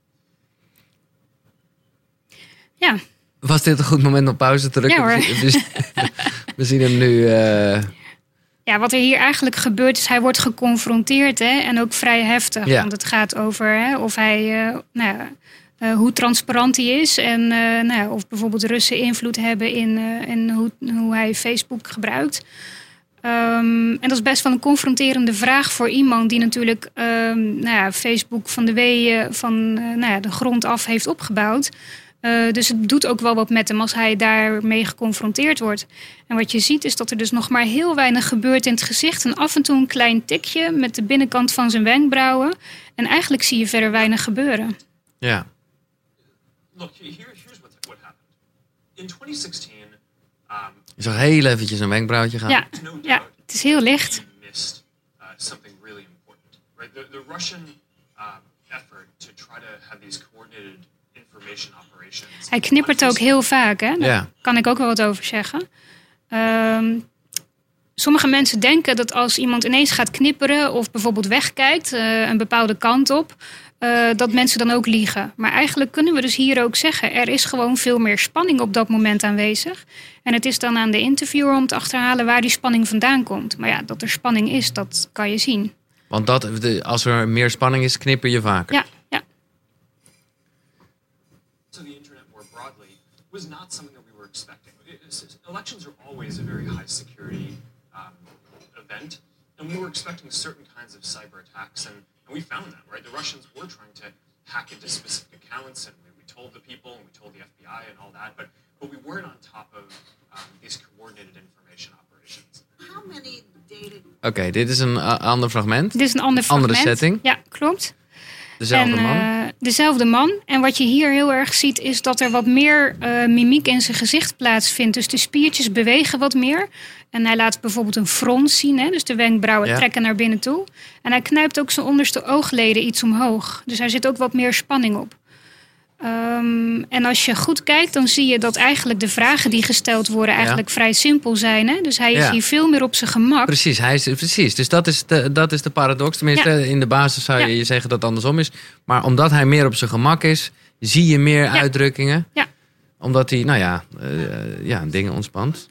Ja. Was dit een goed moment om pauze te drukken? Ja, hoor. We, we zien hem nu... Uh... Ja, wat er hier eigenlijk gebeurt is... hij wordt geconfronteerd hè, en ook vrij heftig. Ja. Want het gaat over hè, of hij... Uh, nou ja, uh, hoe transparant hij is. En uh, nou ja, of bijvoorbeeld Russen invloed hebben in, uh, in hoe, hoe hij Facebook gebruikt. Um, en dat is best wel een confronterende vraag voor iemand... die natuurlijk um, nou ja, Facebook van de weeën van uh, nou ja, de grond af heeft opgebouwd... Uh, dus het doet ook wel wat met hem als hij daarmee geconfronteerd wordt. En wat je ziet is dat er dus nog maar heel weinig gebeurt in het gezicht. En af en toe een klein tikje met de binnenkant van zijn wenkbrauwen. En eigenlijk zie je verder weinig gebeuren. Ja. Look, here, here's what, what happened. in twenty sixteen, um, Je zag heel eventjes een wenkbrauwtje gaan. Ja, no doubt, ja, het is heel licht. he missed uh, something really important. Right, the, the Russian um, effort to try to have these coordinated information operations. Hij knippert ook heel vaak, hè? Daar Ja. kan ik ook wel wat over zeggen. Ehm, sommige mensen denken dat als iemand ineens gaat knipperen of bijvoorbeeld wegkijkt, uh, een bepaalde kant op, uh, dat mensen dan ook liegen. Maar eigenlijk kunnen we dus hier ook zeggen, er is gewoon veel meer spanning op dat moment aanwezig. En het is dan aan de interviewer om te achterhalen waar die spanning vandaan komt. Maar ja, dat er spanning is, dat kan je zien. Want dat, de- als er meer spanning is, knipper je vaker. Ja, ja. To the internet more broadly was not something that we were expecting. It- it's- Elections are always a very high security um, event, and we were expecting certain kinds of cyber attacks, and, and we found them, right? The Russians were trying to hack into specific accounts, and we, we told the people, and we told the F B I and all that, but, but we weren't on top of um, these coordinated information operations. How many data Oké, dit is een uh, ander fragment. Dit is een ander fragment. Andere setting. Ja, klopt. Dezelfde en, man. eh, dezelfde man. En wat je hier heel erg ziet is dat er wat meer uh, mimiek in zijn gezicht plaatsvindt. Dus de spiertjes bewegen wat meer. En hij laat bijvoorbeeld een frons zien. Hè? Dus de wenkbrauwen Ja. trekken naar binnen toe. En hij knijpt ook zijn onderste oogleden iets omhoog. Dus daar zit ook wat meer spanning op. Um, en als je goed kijkt, dan zie je dat eigenlijk de vragen die gesteld worden eigenlijk Ja. vrij simpel zijn. Hè? Dus hij is Ja. hier veel meer op zijn gemak. Precies, hij is, precies. Dus dat is, de, dat is de paradox. Tenminste, Ja. in de basis zou je Ja. je zeggen dat het andersom is. Maar omdat hij meer op zijn gemak is, zie je meer Ja. uitdrukkingen. Ja. Omdat hij, nou ja, uh, ja, dingen ontspant.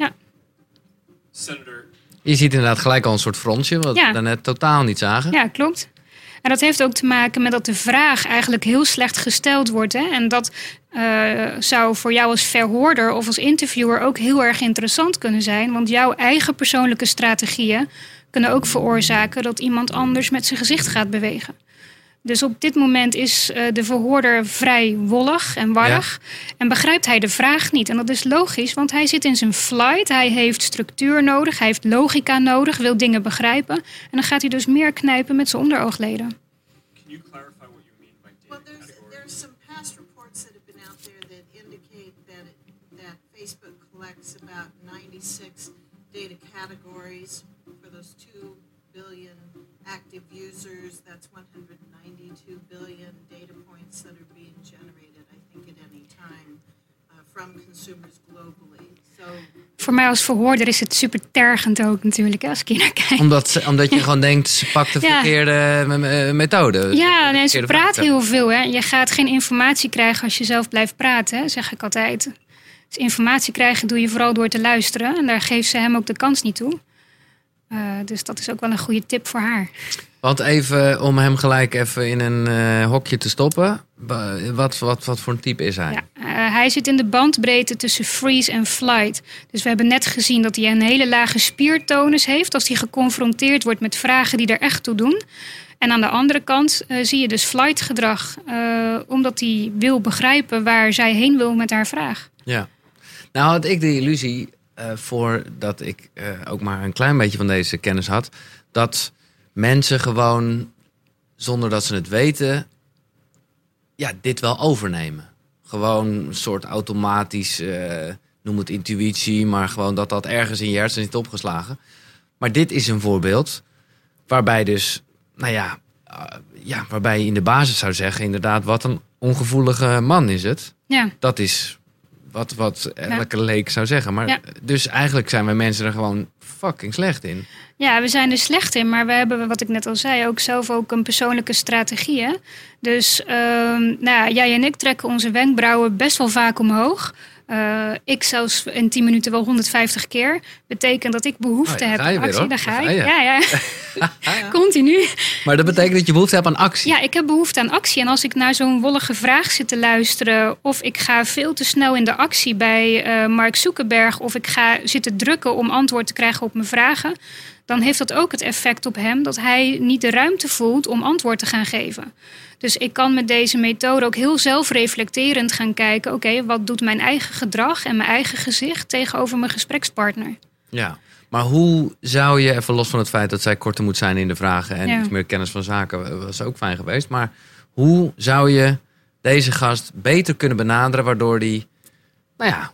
Senator, Je ziet inderdaad gelijk al een soort fronsje, wat Ja. we daarnet totaal niet zagen. Ja, klopt. En dat heeft ook te maken met dat de vraag eigenlijk heel slecht gesteld wordt. Hè? En dat uh, zou voor jou als verhoorder of als interviewer ook heel erg interessant kunnen zijn. Want jouw eigen persoonlijke strategieën kunnen ook veroorzaken dat iemand anders met zijn gezicht gaat bewegen. Dus op dit moment is uh, de verhoorder vrij wollig en warrig. Ja. En begrijpt hij de vraag niet. En dat is logisch, want hij zit in zijn flight. Hij heeft structuur nodig, hij heeft logica nodig, wil dingen begrijpen. En dan gaat hij dus meer knijpen met zijn onderoogleden. can you clarify what you mean by data Well, there's category? there's some past reports that have been out there that indicate that it, that Facebook collects about ninety-six data categories for those two billion active users. That's one hundred ninety-two billion data points that are being generated, I think, at any time uh, from consumers globally. So. Voor mij als verhoorder is het super tergend ook natuurlijk, hè, als ik hier naar kijk. Omdat, ze, omdat je gewoon denkt, ze pakt de Ja. verkeerde me- me- methode. Ja, De nee, ze verkeerde praat vraag. heel veel. Hè. Je gaat geen informatie krijgen als je zelf blijft praten, hè, zeg ik altijd. Dus informatie krijgen doe je vooral door te luisteren. En daar geeft ze hem ook de kans niet toe. Uh, dus dat is ook wel een goede tip voor haar. Want even om hem gelijk even in een uh, hokje te stoppen. Wat, wat, wat voor een type is hij? Ja, uh, hij zit in de bandbreedte tussen freeze en flight. Dus we hebben net gezien dat hij een hele lage spiertonus heeft als hij geconfronteerd wordt met vragen die er echt toe doen. En aan de andere kant uh, zie je dus flight gedrag. Uh, omdat hij wil begrijpen waar zij heen wil met haar vraag. Ja. Nou had ik de illusie, uh, voordat ik uh, ook maar een klein beetje van deze kennis had, dat mensen gewoon, zonder dat ze het weten, ja, dit wel overnemen. Gewoon een soort automatisch, uh, noem het intuïtie, maar gewoon dat dat ergens in je hersenen zit opgeslagen. Maar dit is een voorbeeld waarbij dus, nou ja, uh, ja, waarbij je in de basis zou zeggen, inderdaad, wat een ongevoelige man is het. Ja. Dat is wat, wat elke ja. leek zou zeggen. Maar ja. Dus eigenlijk zijn wij mensen er gewoon fucking slecht in. Ja, we zijn er slecht in, maar we hebben, wat ik net al zei, ook zelf ook een persoonlijke strategie. Hè? Dus um, nou ja, jij en ik trekken onze wenkbrauwen best wel vaak omhoog. Uh, ik zelfs in tien minuten wel honderdvijftig keer. Betekent dat ik behoefte oh, heb aan actie. Weer, daar ga ik. Ja, ja. ja. Continu. Maar dat betekent dat je behoefte hebt aan actie. Ja, ik heb behoefte aan actie. En als ik naar zo'n wollige vraag zit te luisteren, of ik ga veel te snel in de actie bij uh, Mark Zuckerberg, of ik ga zitten drukken om antwoord te krijgen op mijn vragen, dan heeft dat ook het effect op hem dat hij niet de ruimte voelt om antwoord te gaan geven. Dus ik kan met deze methode ook heel zelfreflecterend gaan kijken, oké, okay, wat doet mijn eigen gedrag en mijn eigen gezicht tegenover mijn gesprekspartner? Ja, maar hoe zou je, even los van het feit dat zij korter moet zijn in de vragen en ja. iets meer kennis van zaken was ook fijn geweest, maar hoe zou je deze gast beter kunnen benaderen waardoor die, nou ja,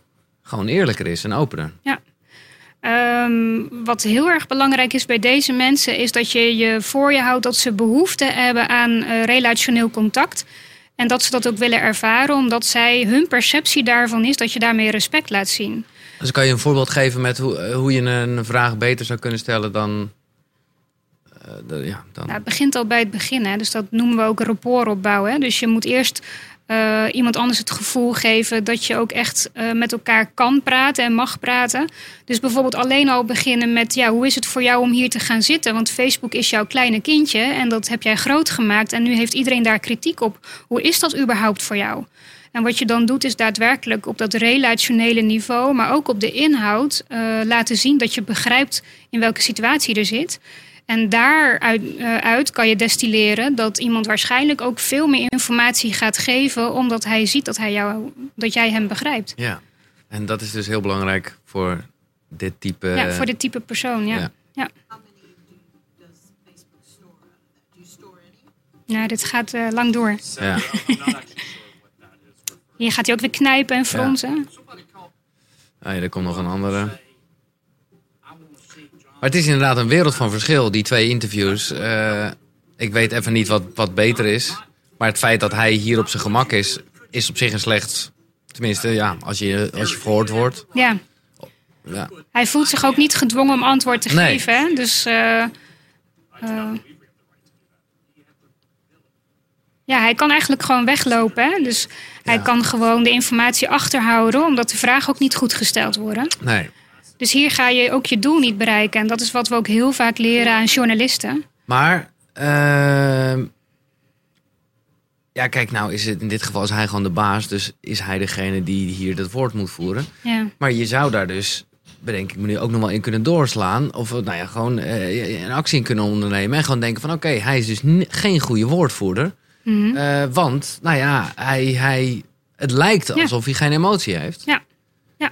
gewoon eerlijker is en opener. Ja. Um, wat heel erg belangrijk is bij deze mensen is dat je je voor je houdt dat ze behoefte hebben aan uh, relationeel contact. En dat ze dat ook willen ervaren, omdat zij hun perceptie daarvan is dat je daarmee respect laat zien. Dus kan je een voorbeeld geven met hoe, hoe je een vraag beter zou kunnen stellen dan... Uh, de, ja, dan... Nou, het begint al bij het begin, hè? Dus dat noemen we ook rapport opbouwen. Hè? Dus je moet eerst uh, iemand anders het gevoel geven dat je ook echt uh, met elkaar kan praten en mag praten. Dus bijvoorbeeld alleen al beginnen met, ja, hoe is het voor jou om hier te gaan zitten? Want Facebook is jouw kleine kindje en dat heb jij groot gemaakt en nu heeft iedereen daar kritiek op. Hoe is dat überhaupt voor jou? En wat je dan doet is daadwerkelijk op dat relationele niveau, maar ook op de inhoud uh, laten zien dat je begrijpt in welke situatie er zit. En daaruit uh, uit kan je destilleren dat iemand waarschijnlijk ook veel meer informatie gaat geven, omdat hij ziet dat, hij jou, dat jij hem begrijpt. Ja, en dat is dus heel belangrijk voor dit type... Ja, voor dit type persoon, ja. ja. ja. How many do, does Facebook store out of that? Do you store any? Nou, dit gaat uh, lang door. So Yeah. I'm not actually sure what that is. referring Hier gaat hij ook weer knijpen en fronsen. Ah, ja, er komt nog een andere. Maar het is inderdaad een wereld van verschil, die twee interviews. Uh, ik weet even niet wat, wat beter is. Maar het feit dat hij hier op zijn gemak is, is op zich een slecht... Tenminste, ja, als je, als je verhoord wordt. Ja. Ja. Hij voelt zich ook niet gedwongen om antwoord te Nee. geven. Hè? Dus uh, uh, ja, hij kan eigenlijk gewoon weglopen. Hè? Dus hij Ja. kan gewoon de informatie achterhouden, omdat de vragen ook niet goed gesteld worden. Nee. Dus hier ga je ook je doel niet bereiken. En dat is wat we ook heel vaak leren aan journalisten. Maar, uh, ja, kijk, nou is het in dit geval is hij gewoon de baas. Dus is hij degene die hier het woord moet voeren. Ja. Maar je zou daar dus, bedenk ik me nu, ook nog wel in kunnen doorslaan. Of nou ja, gewoon uh, een actie in kunnen ondernemen. En gewoon denken van, oké, okay, hij is dus n- geen goede woordvoerder. Mm-hmm. Uh, want, nou ja, hij, hij, het lijkt Ja. alsof hij geen emotie heeft. Ja. Ja.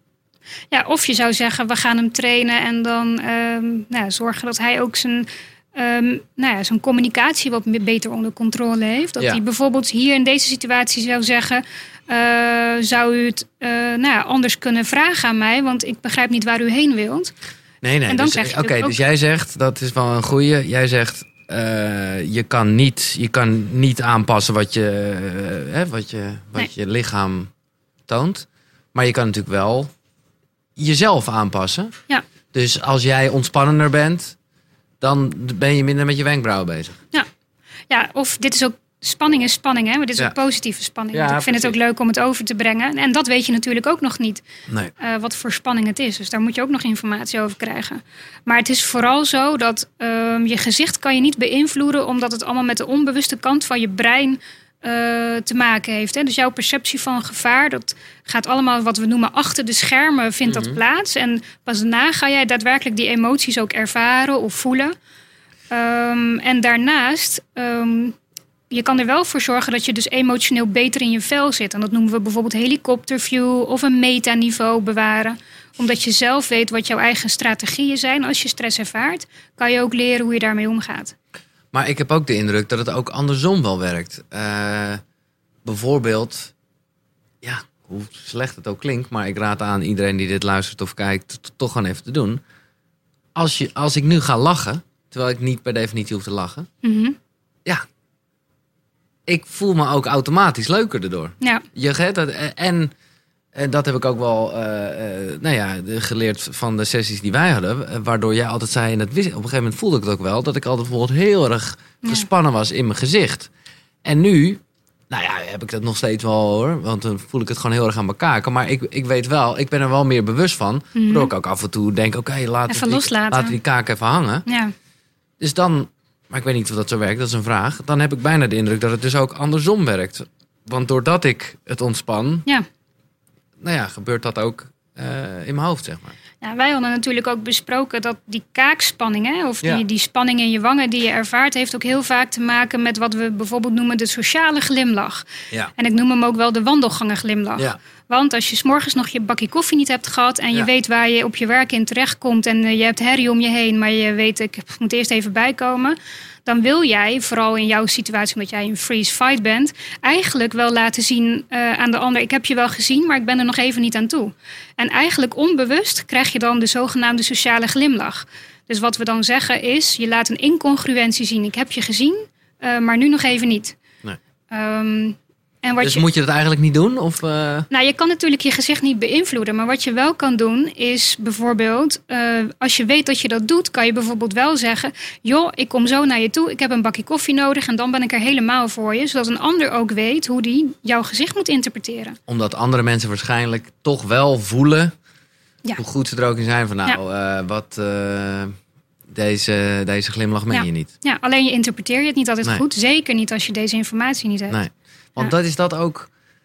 Ja, of je zou zeggen, we gaan hem trainen en dan um, nou, zorgen dat hij ook zijn, um, nou ja, zijn communicatie wat meer beter onder controle heeft. Dat Ja. hij bijvoorbeeld hier in deze situatie zou zeggen, uh, zou u het uh, nou ja, anders kunnen vragen aan mij, want ik begrijp niet waar u heen wilt. Nee, nee. En dan dus, krijg je Oké, het ook- dus jij zegt, dat is wel een goeie. Jij zegt, uh, je, kan niet, je kan niet aanpassen wat je, uh, hè, wat je, wat Nee. je lichaam toont. Maar je kan natuurlijk wel jezelf aanpassen. Ja. Dus als jij ontspannender bent, dan ben je minder met je wenkbrauwen bezig. Ja, of dit is ook, spanning is spanning, hè? Maar dit is Ja. ook positieve spanning. Ja, Want ik vind het ook precies. leuk om het over te brengen. En dat weet je natuurlijk ook nog niet. Nee. Uh, wat voor spanning het is. Dus daar moet je ook nog informatie over krijgen. Maar het is vooral zo dat um, je gezicht kan je niet beïnvloeden, omdat het allemaal met de onbewuste kant van je brein uh, te maken heeft. Hè? Dus jouw perceptie van gevaar, dat gaat allemaal wat we noemen achter de schermen, vindt Mhm. dat plaats. En pas daarna ga jij daadwerkelijk die emoties ook ervaren of voelen. Um, en daarnaast, um, je kan er wel voor zorgen dat je dus emotioneel beter in je vel zit. En dat noemen we bijvoorbeeld helikopterview of een metaniveau bewaren. Omdat je zelf weet wat jouw eigen strategieën zijn. Als je stress ervaart, kan je ook leren hoe je daarmee omgaat. Maar ik heb ook de indruk dat het ook andersom wel werkt. Uh, bijvoorbeeld, ja, hoe slecht het ook klinkt, maar ik raad aan iedereen die dit luistert of kijkt, t- toch gewoon even te doen. Als, je, als ik nu ga lachen, terwijl ik niet per definitie hoef te lachen, Mm-hmm. ja, ik voel me ook automatisch leuker erdoor. Ja, Je, hè, dat, en, en dat heb ik ook wel uh, uh, nou ja, de- geleerd van de sessies die wij hadden. uh, Waardoor jij altijd zei, en dat wist, op een gegeven moment voelde ik het ook wel, dat ik altijd bijvoorbeeld heel erg Ja. gespannen was in mijn gezicht. En nu, nou ja, heb ik dat nog steeds wel hoor. Want dan voel ik het gewoon heel erg aan elkaar. Maar ik, ik weet wel, ik ben er wel meer bewust van. Mhm. Waardoor ik ook af en toe denk, oké, okay, laten, Even we die- loslaten. laten we die kaak even hangen. ja. Dus dan, maar ik weet niet of dat zo werkt, dat is een vraag. Dan heb ik bijna de indruk dat het dus ook andersom werkt. Want doordat ik het ontspan, ja. nou ja, gebeurt dat ook uh, in mijn hoofd, zeg maar. Ja, wij hadden natuurlijk ook besproken dat die kaakspanning, hè, of die, Ja. die spanning in je wangen die je ervaart, heeft ook heel vaak te maken met wat we bijvoorbeeld noemen de sociale glimlach. Ja. En ik noem hem ook wel de wandelgangen glimlach. Ja. Want als je 's morgens nog je bakje koffie niet hebt gehad en je Ja. weet waar je op je werk in terechtkomt en uh, je hebt herrie om je heen, maar je weet, ik moet eerst even bijkomen, dan wil jij, vooral in jouw situatie omdat jij een freeze-fight bent, eigenlijk wel laten zien uh, aan de ander, ik heb je wel gezien, maar ik ben er nog even niet aan toe. En eigenlijk onbewust krijg je dan de zogenaamde sociale glimlach. Dus wat we dan zeggen is, je laat een incongruentie zien. Ik heb je gezien, uh, maar nu nog even niet. Nee. Um, en wat Dus je, moet je dat eigenlijk niet doen? Of, uh... Nou, je kan natuurlijk je gezicht niet beïnvloeden. Maar wat je wel kan doen is bijvoorbeeld, uh, als je weet dat je dat doet, kan je bijvoorbeeld wel zeggen, joh, ik kom zo naar je toe, ik heb een bakje koffie nodig en dan ben ik er helemaal voor je. Zodat een ander ook weet hoe die jouw gezicht moet interpreteren. Omdat andere mensen waarschijnlijk toch wel voelen Ja. hoe goed ze er ook in zijn van nou, uh, wat uh, deze, deze glimlach meen Ja. je niet. Ja, alleen je interpreteer je het niet altijd Nee. goed. Zeker niet als je deze informatie niet hebt. Nee. Want Ja. dat is dat ook.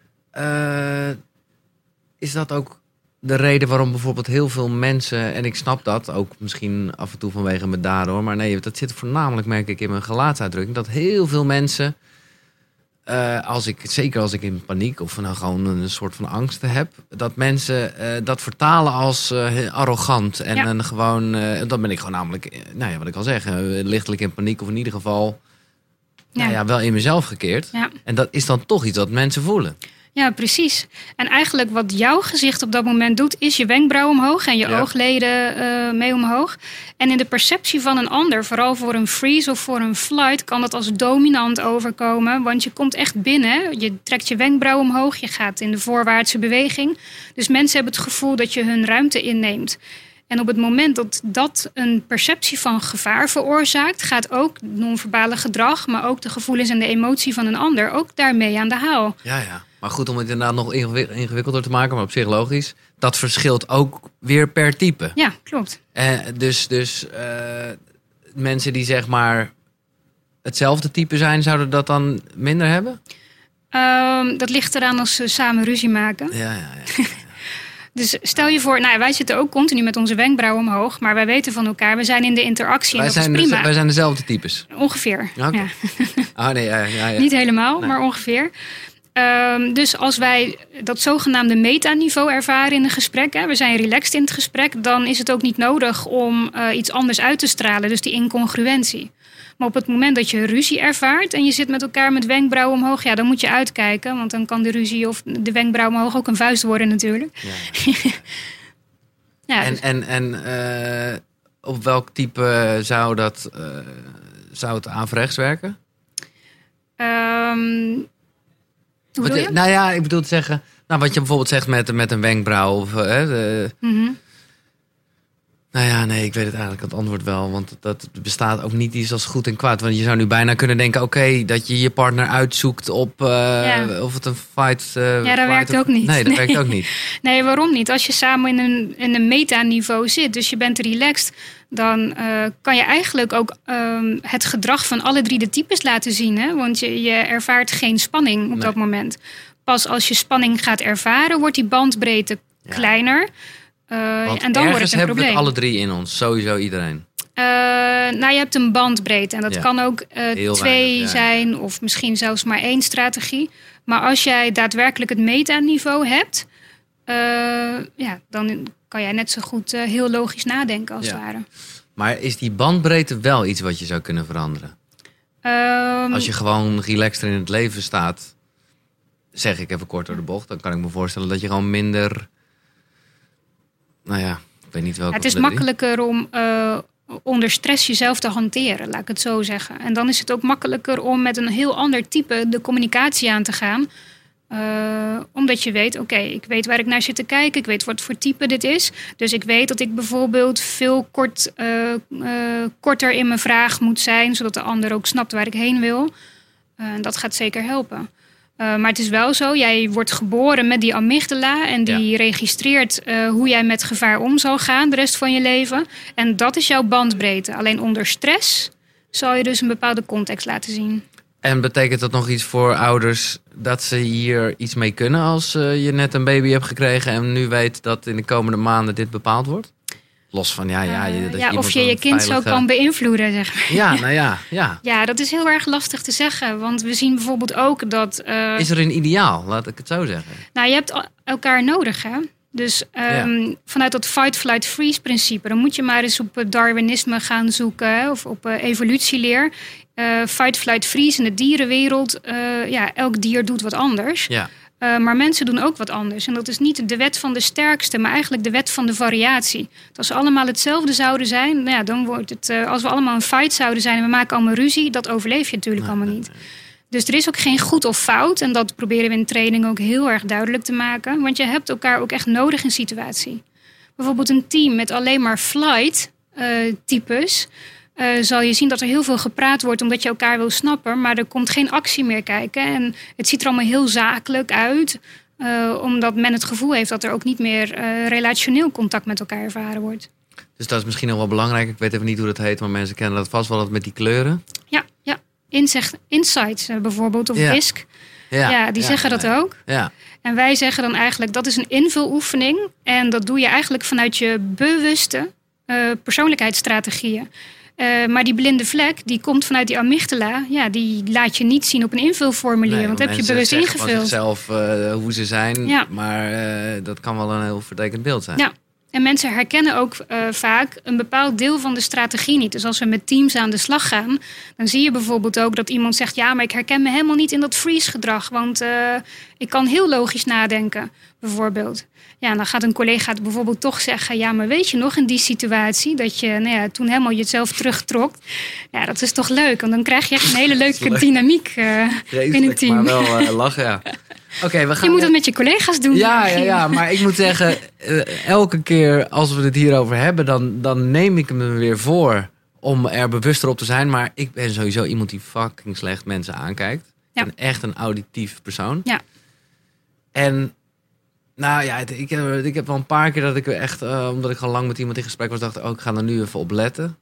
Uh, is dat ook de reden waarom bijvoorbeeld heel veel mensen, en ik snap dat ook misschien af en toe vanwege me daar hoor, maar nee, dat zit voornamelijk, merk ik, in mijn gelaatsuitdrukking, dat heel veel mensen, uh, als ik, zeker als ik in paniek of nou gewoon een soort van angst heb, dat mensen uh, dat vertalen als uh, heel arrogant en Ja. dan gewoon, uh, dan ben ik gewoon namelijk, uh, nou ja, wat ik al zeg, uh, lichtelijk in paniek of in ieder geval. Nou ja, wel in mezelf gekeerd. Ja. En dat is dan toch iets wat mensen voelen. Ja, precies. En eigenlijk wat jouw gezicht op dat moment doet, is je wenkbrauw omhoog en je Ja. oogleden uh, mee omhoog. En in de perceptie van een ander, vooral voor een freeze of voor een flight, kan dat als dominant overkomen. Want je komt echt binnen, je trekt je wenkbrauw omhoog, je gaat in de voorwaartse beweging. Dus mensen hebben het gevoel dat je hun ruimte inneemt. En op het moment dat dat een perceptie van gevaar veroorzaakt, gaat ook non-verbale gedrag, maar ook de gevoelens en de emotie van een ander ook daarmee aan de haal. Ja, ja. Maar goed, om het inderdaad nog ingewik- ingewikkelder te maken, maar op zich logisch. Dat verschilt ook weer per type. Ja, klopt. En dus dus uh, mensen die zeg maar hetzelfde type zijn, zouden dat dan minder hebben? Um, dat ligt eraan als ze samen ruzie maken. Ja, ja, ja. Dus stel je voor, nou, wij zitten ook continu met onze wenkbrauw omhoog, maar wij weten van elkaar, we zijn in de interactie wij, en dat zijn is prima. de, wij zijn dezelfde types. Ongeveer. Ja, oké. Ja. Ah, nee, ja, ja, ja. Niet helemaal, Nee. maar ongeveer. Um, dus als wij dat zogenaamde metaniveau ervaren in een gesprek, hè, we zijn relaxed in het gesprek, dan is het ook niet nodig om uh, iets anders uit te stralen, dus die incongruentie. Maar op het moment dat je ruzie ervaart en je zit met elkaar met wenkbrauw omhoog, ja, dan moet je uitkijken, want dan kan de ruzie of de wenkbrauw omhoog ook een vuist worden natuurlijk. Ja, ja. Ja, En, dus- en, en uh, op welk type zou, dat, uh, zou het averechts werken? Um, hoe Wat, bedoel je? nou ja, ik bedoel te zeggen, nou, wat je bijvoorbeeld zegt met, met een wenkbrauw. Of, uh, de, Mm-hmm. Nou ja, nee, ik weet het eigenlijk het antwoord wel. Want dat bestaat ook niet iets als goed en kwaad. Want je zou nu bijna kunnen denken, oké, okay, dat je je partner uitzoekt op uh, Ja. of het een fight... Uh, Ja, dat fight werkt of, ook niet. Nee, dat Nee. werkt ook niet. Nee, waarom niet? Als je samen in een, in een metaniveau zit, dus je bent relaxed, dan uh, kan je eigenlijk ook um, het gedrag van alle drie de types laten zien. Hè? Want je, je ervaart geen spanning op Nee. dat moment. Pas als je spanning gaat ervaren, wordt die bandbreedte Ja. kleiner. Uh, Want en dan wordt ergens het een hebben we probleem. het alle drie in ons. Sowieso iedereen. Uh, nou, je hebt een bandbreedte en dat Ja. kan ook uh, Heel twee weinig, ja. zijn of misschien zelfs maar één strategie. Maar als jij daadwerkelijk het metaniveau hebt, uh, ja, dan kan jij net zo goed uh, heel logisch nadenken als Ja. het ware. Maar is die bandbreedte wel iets wat je zou kunnen veranderen? Um, Als je gewoon relaxter in het leven staat, zeg ik even kort door de bocht, dan kan ik me voorstellen dat je gewoon minder... Nou ja, ik weet niet welke. het is van de drie. makkelijker om uh, onder stress jezelf te hanteren, laat ik het zo zeggen. En dan is het ook makkelijker om met een heel ander type de communicatie aan te gaan. Uh, omdat je weet, oké, okay, ik weet waar ik naar zit te kijken. Ik weet wat voor type dit is. Dus ik weet dat ik bijvoorbeeld veel kort, uh, uh, korter in mijn vraag moet zijn, zodat de ander ook snapt waar ik heen wil. Uh, dat gaat zeker helpen. Uh, maar het is wel zo, jij wordt geboren met die amygdala en die Ja. registreert uh, hoe jij met gevaar om zal gaan de rest van je leven. En dat is jouw bandbreedte. Alleen onder stress zal je dus een bepaalde context laten zien. En betekent dat nog iets voor ouders dat ze hier iets mee kunnen als uh, je net een baby hebt gekregen en nu weet dat in de komende maanden dit bepaald wordt? Los van, ja, ja, je, Uh, dat ja, je of je je iemand kind een zo veilige- kan beïnvloeden, zeg maar. Ja, nou ja, ja. Ja, dat is heel erg lastig te zeggen. Want we zien bijvoorbeeld ook dat... uh, Is er een ideaal, laat ik het zo zeggen? Nou, je hebt el- elkaar nodig, hè? Dus um, vanuit dat fight-flight-freeze-principe... dan moet je maar eens op Darwinisme gaan zoeken... Hè? Of op uh, evolutieleer. Uh, fight-flight-freeze in de dierenwereld... Uh, ja, elk dier doet wat anders. Ja. Uh, maar mensen doen ook wat anders. En dat is niet de wet van de sterkste... maar eigenlijk de wet van de variatie. Dat als we allemaal hetzelfde zouden zijn... Nou ja, dan wordt het... Uh, als we allemaal een fight zouden zijn... en we maken allemaal ruzie... dat overleef je natuurlijk Nee, allemaal nee, niet. nee. Dus er is ook geen goed of fout. En dat proberen we in training ook heel erg duidelijk te maken. Want je hebt elkaar ook echt nodig in situatie. Bijvoorbeeld een team met alleen maar flight uh, types... Uh, zal je zien dat er heel veel gepraat wordt omdat je elkaar wil snappen. Maar er komt geen actie meer kijken. En het ziet er allemaal heel zakelijk uit. Uh, omdat men het gevoel heeft dat er ook niet meer uh, relationeel contact met elkaar ervaren wordt. Dus dat is misschien nog wel belangrijk. Ik weet even niet hoe dat heet, maar mensen kennen dat vast wel, dat met die kleuren. Ja, ja. Inzicht, insights uh, bijvoorbeeld, of Ja. D I S C. Ja, ja die ja, zeggen ja, dat ja. ook. Ja. En wij zeggen dan eigenlijk, dat is een invuloefening. En dat doe je eigenlijk vanuit je bewuste uh, persoonlijkheidsstrategieën. Uh, maar die blinde vlek, die komt vanuit die amygdala. Ja, die laat je niet zien op een invulformulier. Nee, want heb je bewust ingevuld. Zelf uh, hoe ze zijn, ja. maar uh, dat kan wel een heel vertekend beeld zijn. Ja. En mensen herkennen ook uh, vaak een bepaald deel van de strategie niet. Dus als we met teams aan de slag gaan... dan zie je bijvoorbeeld ook dat iemand zegt... ja, maar ik herken me helemaal niet in dat freeze-gedrag... want uh, ik kan heel logisch nadenken, bijvoorbeeld. Ja, en dan gaat een collega bijvoorbeeld toch zeggen... ja, maar weet je nog in die situatie... dat je nou ja, toen helemaal jezelf terugtrok... ja, dat is toch leuk, want dan krijg je echt een hele leuke leuk. dynamiek uh, in een team. Maar wel uh, lachen, ja. Okay, we gaan... Je moet het met je collega's doen. Ja, ja, ja, maar ik moet zeggen... Uh, elke keer als we het hierover hebben... Dan, dan neem ik me weer voor om er bewuster op te zijn. Maar ik ben sowieso iemand die fucking slecht mensen aankijkt. Ja. Ik ben echt een auditief persoon. Ja. En nou ja, ik heb, ik heb wel een paar keer dat ik echt... Uh, omdat ik al lang met iemand in gesprek was... dacht oh, ik ga er nu even op letten.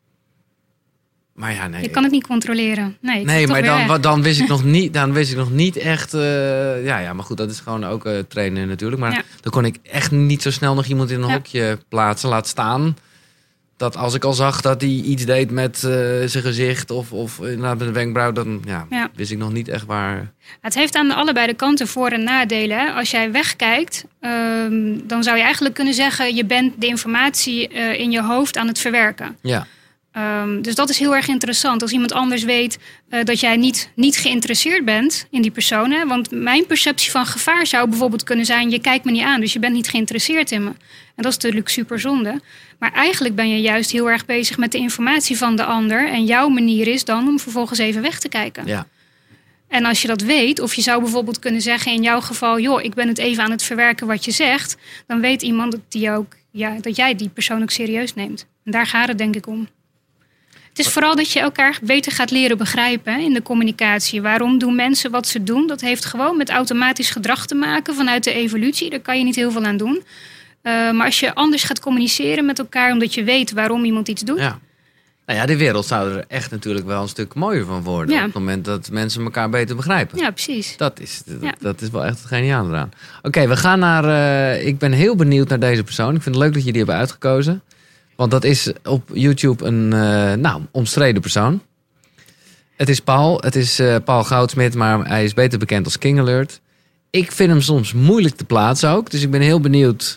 Maar ja, nee. Je kan het niet controleren. Nee, nee maar dan, dan, wist ik nog niet, dan wist ik nog niet echt... Uh, ja, ja, maar goed, dat is gewoon ook uh, trainen natuurlijk. Maar ja. dan kon ik echt niet zo snel nog iemand in een ja. hokje plaatsen. Laat staan dat als ik al zag dat hij iets deed met uh, zijn gezicht... of, of inderdaad met een wenkbrauw, dan ja, ja. wist ik nog niet echt waar... Het heeft aan allebei de kanten voor- en nadelen. Hè? Als jij wegkijkt, um, dan zou je eigenlijk kunnen zeggen... je bent de informatie uh, in je hoofd aan het verwerken. Ja. Um, dus dat is heel erg interessant. Als iemand anders weet uh, dat jij niet, niet geïnteresseerd bent in die persoon. Hè? Want mijn perceptie van gevaar zou bijvoorbeeld kunnen zijn... je kijkt me niet aan, dus je bent niet geïnteresseerd in me. En dat is natuurlijk super zonde. Maar eigenlijk ben je juist heel erg bezig met de informatie van de ander. En jouw manier is dan om vervolgens even weg te kijken. Ja. En als je dat weet, of je zou bijvoorbeeld kunnen zeggen in jouw geval... joh, ik ben het even aan het verwerken wat je zegt... dan weet iemand dat, die ook, ja, dat jij die persoon ook serieus neemt. En daar gaat het denk ik om. Het is vooral dat je elkaar beter gaat leren begrijpen hè, in de communicatie. Waarom doen mensen wat ze doen? Dat heeft gewoon met automatisch gedrag te maken vanuit de evolutie. Daar kan je niet heel veel aan doen. Uh, maar als je anders gaat communiceren met elkaar... omdat je weet waarom iemand iets doet... Ja. Nou ja, de wereld zou er echt natuurlijk wel een stuk mooier van worden. Ja. Op het moment dat mensen elkaar beter begrijpen. Ja, precies. Dat is, dat, ja. dat is wel echt het geniale eraan. Oké, okay, we gaan naar... Uh, ik ben heel benieuwd naar deze persoon. Ik vind het leuk dat jullie die hebben uitgekozen. Want dat is op YouTube een uh, nou, omstreden persoon. Het is Paul. Het is uh, Paul Goudsmit, maar hij is beter bekend als King Alert. Ik vind hem soms moeilijk te plaatsen ook. Dus ik ben heel benieuwd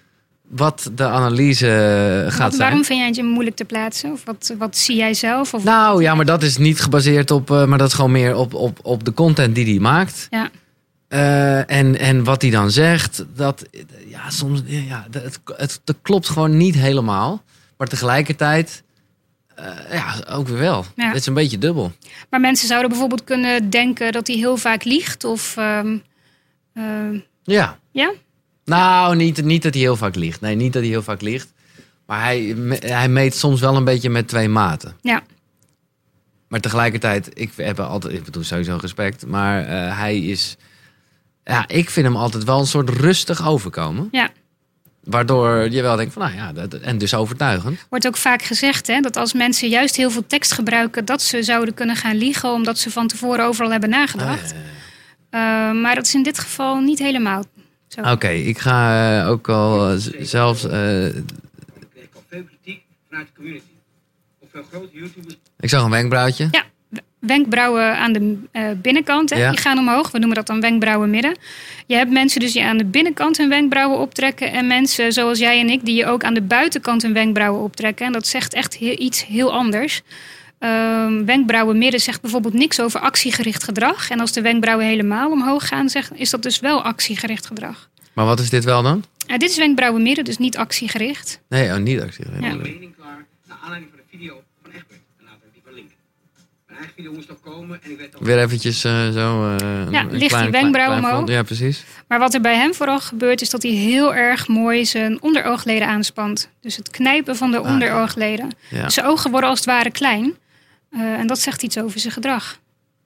wat de analyse gaat wat, zijn. Waarom vind jij het moeilijk te plaatsen? Of wat, wat zie jij zelf? Of nou ja, maar dat is niet gebaseerd op... Uh, maar dat is gewoon meer op, op, op de content die hij maakt. Ja. Uh, en, en wat hij dan zegt, dat... Ja, soms... Ja, het, het, het klopt gewoon niet helemaal. Maar tegelijkertijd... Uh, ja, ook weer wel. Ja. Het is een beetje dubbel. Maar mensen zouden bijvoorbeeld kunnen denken dat hij heel vaak liegt. Of... Um, uh... Ja. Ja? Nou, niet, niet dat hij heel vaak liegt. Nee, niet dat hij heel vaak liegt. Maar hij, hij meet soms wel een beetje met twee maten. Ja. Maar tegelijkertijd, ik heb altijd, ik bedoel sowieso respect. Maar uh, hij is... Ja, ik vind hem altijd wel een soort rustig overkomen. Ja. Waardoor je wel denkt van, nou ja, dat, en dus overtuigend. Wordt ook vaak gezegd hè, dat als mensen juist heel veel tekst gebruiken... dat ze zouden kunnen gaan liegen omdat ze van tevoren overal hebben nagedacht. Oh, ja, ja. Uh, maar dat is in dit geval niet helemaal zo. Oké, okay, ik ga uh, ook al uh, zelfs... Uh, vanuit de community. Of veel grote YouTubers... Ik zag een wenkbrauwtje. Ja, wenkbrauwen aan de uh, binnenkant, hè, Ja. die gaan omhoog. We noemen dat dan wenkbrauwen midden. Je hebt mensen dus die aan de binnenkant hun wenkbrauwen optrekken. En mensen zoals jij en ik die je ook aan de buitenkant hun wenkbrauwen optrekken. En dat zegt echt heel, iets heel anders. Um, wenkbrauwen midden zegt bijvoorbeeld niks over actiegericht gedrag. En als de wenkbrauwen helemaal omhoog gaan, zegt, is dat dus wel actiegericht gedrag. Maar wat is dit wel dan? Uh, dit is wenkbrauwen midden, dus niet actiegericht. Nee, oh, niet actiegericht. Ja. Een mening klaar naar aanleiding van de video van Egbert. En laten we die van linken. Mijn eigen video moest nog komen en ik werd al... Weer eventjes uh, zo... Uh, Ja, een licht die wenkbrauw omhoog. Ja, precies. Maar wat er bij hem vooral gebeurt, is dat hij heel erg mooi zijn onderoogleden aanspant. Dus het knijpen van de Ah, onderoogleden. Ja. Zijn ogen worden als het ware klein. Uh, en dat zegt iets over zijn gedrag.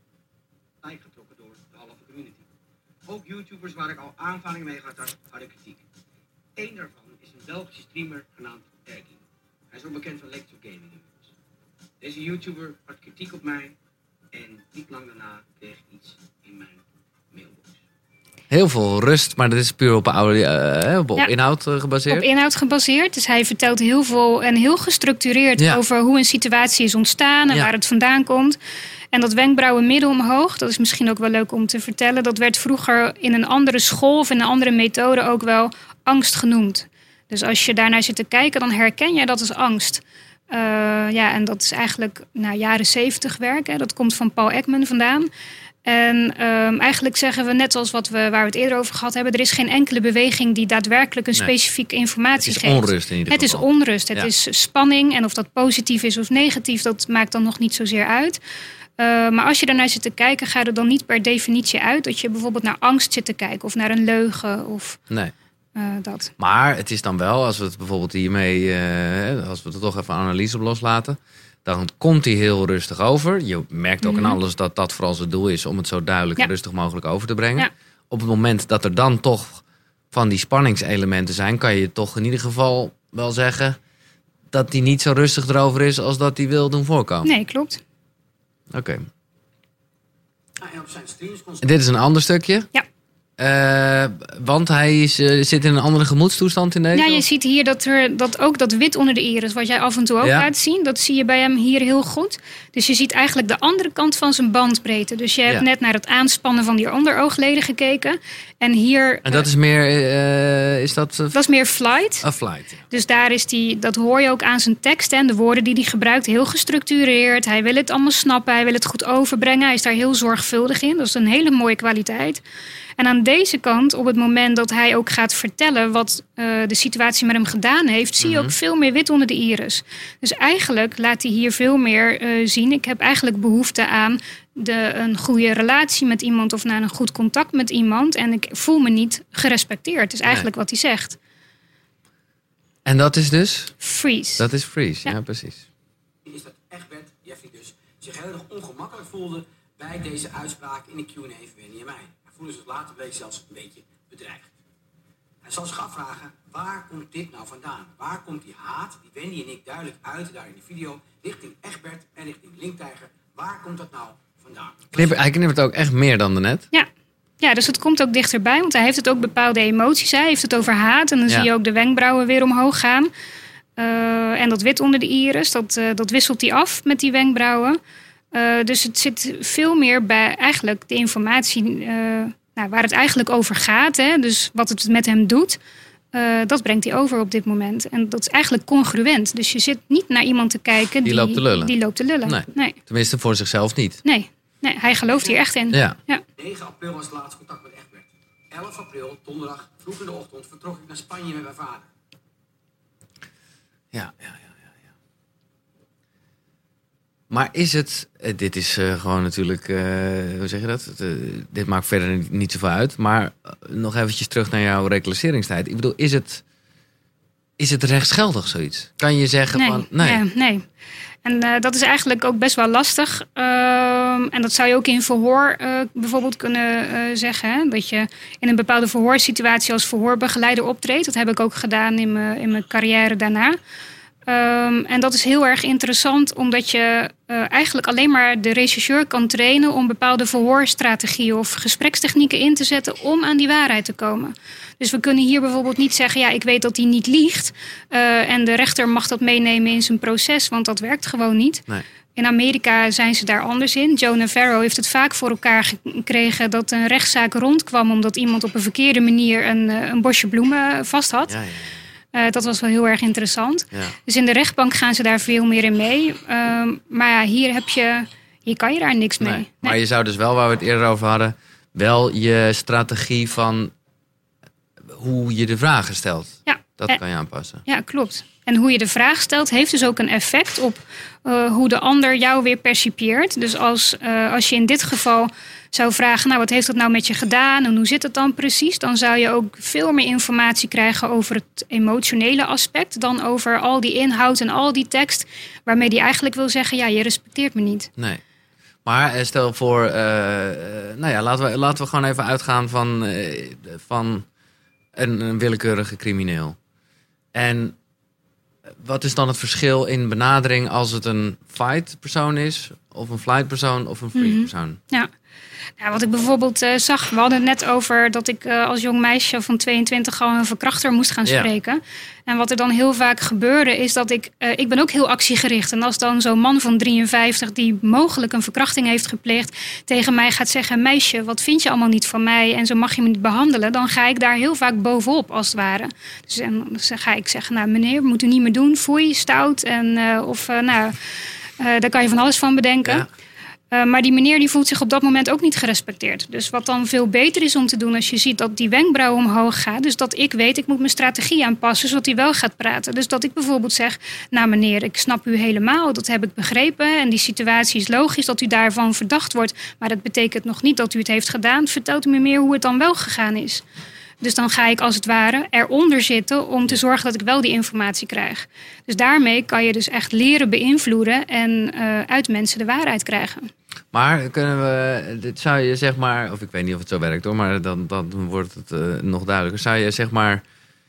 getrokken door de halve community. Ook YouTubers waar ik al aanvalingen mee gehad had, hadden kritiek. Eén daarvan is een Belgische streamer genaamd Erky. Hij is ook bekend van Lecture Gaming inmiddels. Deze YouTuber had kritiek op mij en niet lang daarna kreeg ik iets in mijn mailbox. Heel veel rust, maar dat is puur op, oude, uh, op, op Ja. inhoud uh, gebaseerd. Op inhoud gebaseerd. Dus hij vertelt heel veel en heel gestructureerd Ja. over hoe een situatie is ontstaan en Ja. waar het vandaan komt. En dat wenkbrauwen midden omhoog, dat is misschien ook wel leuk om te vertellen. Dat werd vroeger in een andere school of in een andere methode ook wel angst genoemd. Dus als je daarnaar zit te kijken, dan herken jij dat als angst. Uh, ja, en dat is eigenlijk nou, jaren zeventig werk. Hè. Dat komt van Paul Ekman vandaan. En um, eigenlijk zeggen we, net zoals wat we, waar we het eerder over gehad hebben, er is geen enkele beweging die daadwerkelijk een Nee. specifieke informatie Het is geeft. onrust in ieder Het is geval. onrust, het Ja. is spanning. En of dat positief is of negatief, dat maakt dan nog niet zozeer uit. Uh, maar als je daarnaar zit te kijken, gaat het dan niet per definitie uit dat je bijvoorbeeld naar angst zit te kijken of naar een leugen of Nee. uh, dat. Maar het is dan wel, als we het bijvoorbeeld hiermee, uh, als we er toch even een analyse op loslaten, dan komt hij heel rustig over. Je merkt ook Mhm. aan alles dat dat vooral zijn doel is om het zo duidelijk Ja. en rustig mogelijk over te brengen. Ja. Op het moment dat er dan toch van die spanningselementen zijn, kan je toch in ieder geval wel zeggen dat hij niet zo rustig erover is als dat hij wil doen voorkomen. Nee, klopt. Oké. Nou, en op zijn streams kon En dit is een ander stukje. Ja. Uh, want hij is, uh, zit in een andere gemoedstoestand in deze? Ja, je ziet hier dat, er, dat ook dat wit onder de iris, wat jij af en toe ook Ja. laat zien, dat zie je bij hem hier heel goed. Dus je ziet eigenlijk de andere kant van zijn bandbreedte. Dus je hebt Ja. net naar het aanspannen van die onderoogleden gekeken. En hier, En dat is meer, uh, is dat... Uh, dat is meer flight. a flight. Ja. Dus daar is die, dat hoor je ook aan zijn tekst en de woorden die hij gebruikt, heel gestructureerd. Hij wil het allemaal snappen, hij wil het goed overbrengen. Hij is daar heel zorgvuldig in. Dat is een hele mooie kwaliteit. En aan deze kant, op het moment dat hij ook gaat vertellen wat uh, de situatie met hem gedaan heeft, zie je Mhm. ook veel meer wit onder de iris. Dus eigenlijk laat hij hier veel meer uh, zien. Ik heb eigenlijk behoefte aan de, een goede relatie met iemand of naar een goed contact met iemand. En ik voel me niet gerespecteerd. Dat is eigenlijk wat hij zegt. En dat is dus? Freeze. Dat is freeze, ja, Ja. precies. is dat Egbert, Jeffrey dus, zich heel erg ongemakkelijk voelde bij deze uitspraak in de Q en A van Wendy en mij. Hij voelde zich later bleek zelfs een beetje bedreigd. Hij zal zich afvragen, waar komt dit nou vandaan? Waar komt die haat, die Wendy en ik duidelijk uiten daar in die video, richting Egbert en richting Linktijger, waar komt dat nou vandaan? Knipper, hij knippert ook echt meer dan daarnet. Ja. Ja, dus het komt ook dichterbij, want hij heeft het ook bepaalde emoties. Hij heeft het over haat en dan Ja. zie je ook de wenkbrauwen weer omhoog gaan. Uh, en dat wit onder de iris, dat, uh, dat wisselt hij af met die wenkbrauwen. Uh, dus het zit veel meer bij eigenlijk de informatie uh, nou, waar het eigenlijk over gaat. Hè? Dus wat het met hem doet, uh, dat brengt hij over op dit moment. En dat is eigenlijk congruent. Dus je zit niet naar iemand te kijken die, Die loopt te lullen. Die loopt te lullen. Nee. Nee. Tenminste, voor zichzelf niet. Nee. nee, hij gelooft hier echt in. Ja. Ja. negen april was het laatste contact met Egbert. elf april, donderdag, vroeg in de ochtend, vertrok ik naar Spanje met mijn vader. Ja, ja, ja, ja, ja. Maar is het... eh, Dit is uh, gewoon natuurlijk... Uh, hoe zeg je dat? Het, uh, dit maakt verder niet, niet zoveel uit. Maar uh, nog eventjes terug naar jouw reclasseringstijd. Ik bedoel, is het... Is het rechtsgeldig zoiets? Kan je zeggen Nee, van... Nee. ja, nee. En uh, dat is eigenlijk ook best wel lastig. Uh, en dat zou je ook in verhoor uh, bijvoorbeeld kunnen uh, zeggen. Hè? Dat je in een bepaalde verhoorsituatie als verhoorbegeleider optreedt. Dat heb ik ook gedaan in mijn, in mijn carrière daarna. Um, en dat is heel erg interessant, omdat je uh, eigenlijk alleen maar de rechercheur kan trainen om bepaalde verhoorstrategieën of gesprekstechnieken in te zetten om aan die waarheid te komen. Dus we kunnen hier bijvoorbeeld niet zeggen, ja, ik weet dat hij niet liegt. Uh, en de rechter mag dat meenemen in zijn proces, want dat werkt gewoon niet. Nee. In Amerika zijn ze daar anders in. Joe Navarro heeft het vaak voor elkaar gekregen dat een rechtszaak rondkwam omdat iemand op een verkeerde manier een, een bosje bloemen vast had. Ja, ja. Uh, dat was wel heel erg interessant. Ja. Dus in de rechtbank gaan ze daar veel meer in mee. Uh, maar ja, hier heb je, hier kan je daar niks mee. Nee, nee. Maar je zou dus wel, waar we het eerder over hadden, wel je strategie van hoe je de vragen stelt. Ja. Dat kan je aanpassen. Ja, klopt. En hoe je de vraag stelt heeft dus ook een effect op uh, hoe de ander jou weer percipieert. Dus als, uh, als je in dit geval zou vragen, nou, wat heeft dat nou met je gedaan en hoe zit het dan precies? Dan zou je ook veel meer informatie krijgen over het emotionele aspect dan over al die inhoud en al die tekst, waarmee die eigenlijk wil zeggen, ja, je respecteert me niet. Nee. Maar stel voor, uh, nou ja, laten we, laten we gewoon even uitgaan van, uh, van een, een willekeurige crimineel. En wat is dan het verschil in benadering als het een fight persoon is, of een flight persoon of een freeze persoon? Mm-hmm. Ja. Nou, wat ik bijvoorbeeld uh, zag, we hadden het net over dat ik uh, als jong meisje van tweeëntwintig gewoon een verkrachter moest gaan spreken. Ja. En wat er dan heel vaak gebeurde is dat ik, uh, ik ben ook heel actiegericht. En als dan zo'n man van drieënvijftig die mogelijk een verkrachting heeft gepleegd tegen mij gaat zeggen, meisje, wat vind je allemaal niet van mij en zo mag je me niet behandelen, dan ga ik daar heel vaak bovenop als het ware. Dus en dan ga ik zeggen, nou meneer, moet u niet meer doen, foei, stout. En, uh, of uh, nou, uh, daar kan je van alles van bedenken. Ja. Uh, maar die meneer die voelt zich op dat moment ook niet gerespecteerd. Dus wat dan veel beter is om te doen als je ziet dat die wenkbrauw omhoog gaat. Dus dat ik weet, ik moet mijn strategie aanpassen zodat hij wel gaat praten. Dus dat ik bijvoorbeeld zeg, nou meneer, ik snap u helemaal, dat heb ik begrepen. En die situatie is logisch dat u daarvan verdacht wordt. Maar dat betekent nog niet dat u het heeft gedaan. Vertelt u me meer hoe het dan wel gegaan is. Dus dan ga ik als het ware eronder zitten om te zorgen dat ik wel die informatie krijg. Dus daarmee kan je dus echt leren beïnvloeden en uh, uit mensen de waarheid krijgen. Maar kunnen we, dit zou je zeg maar, of ik weet niet of het zo werkt hoor, maar dan, dan wordt het uh, nog duidelijker. Zou je zeg maar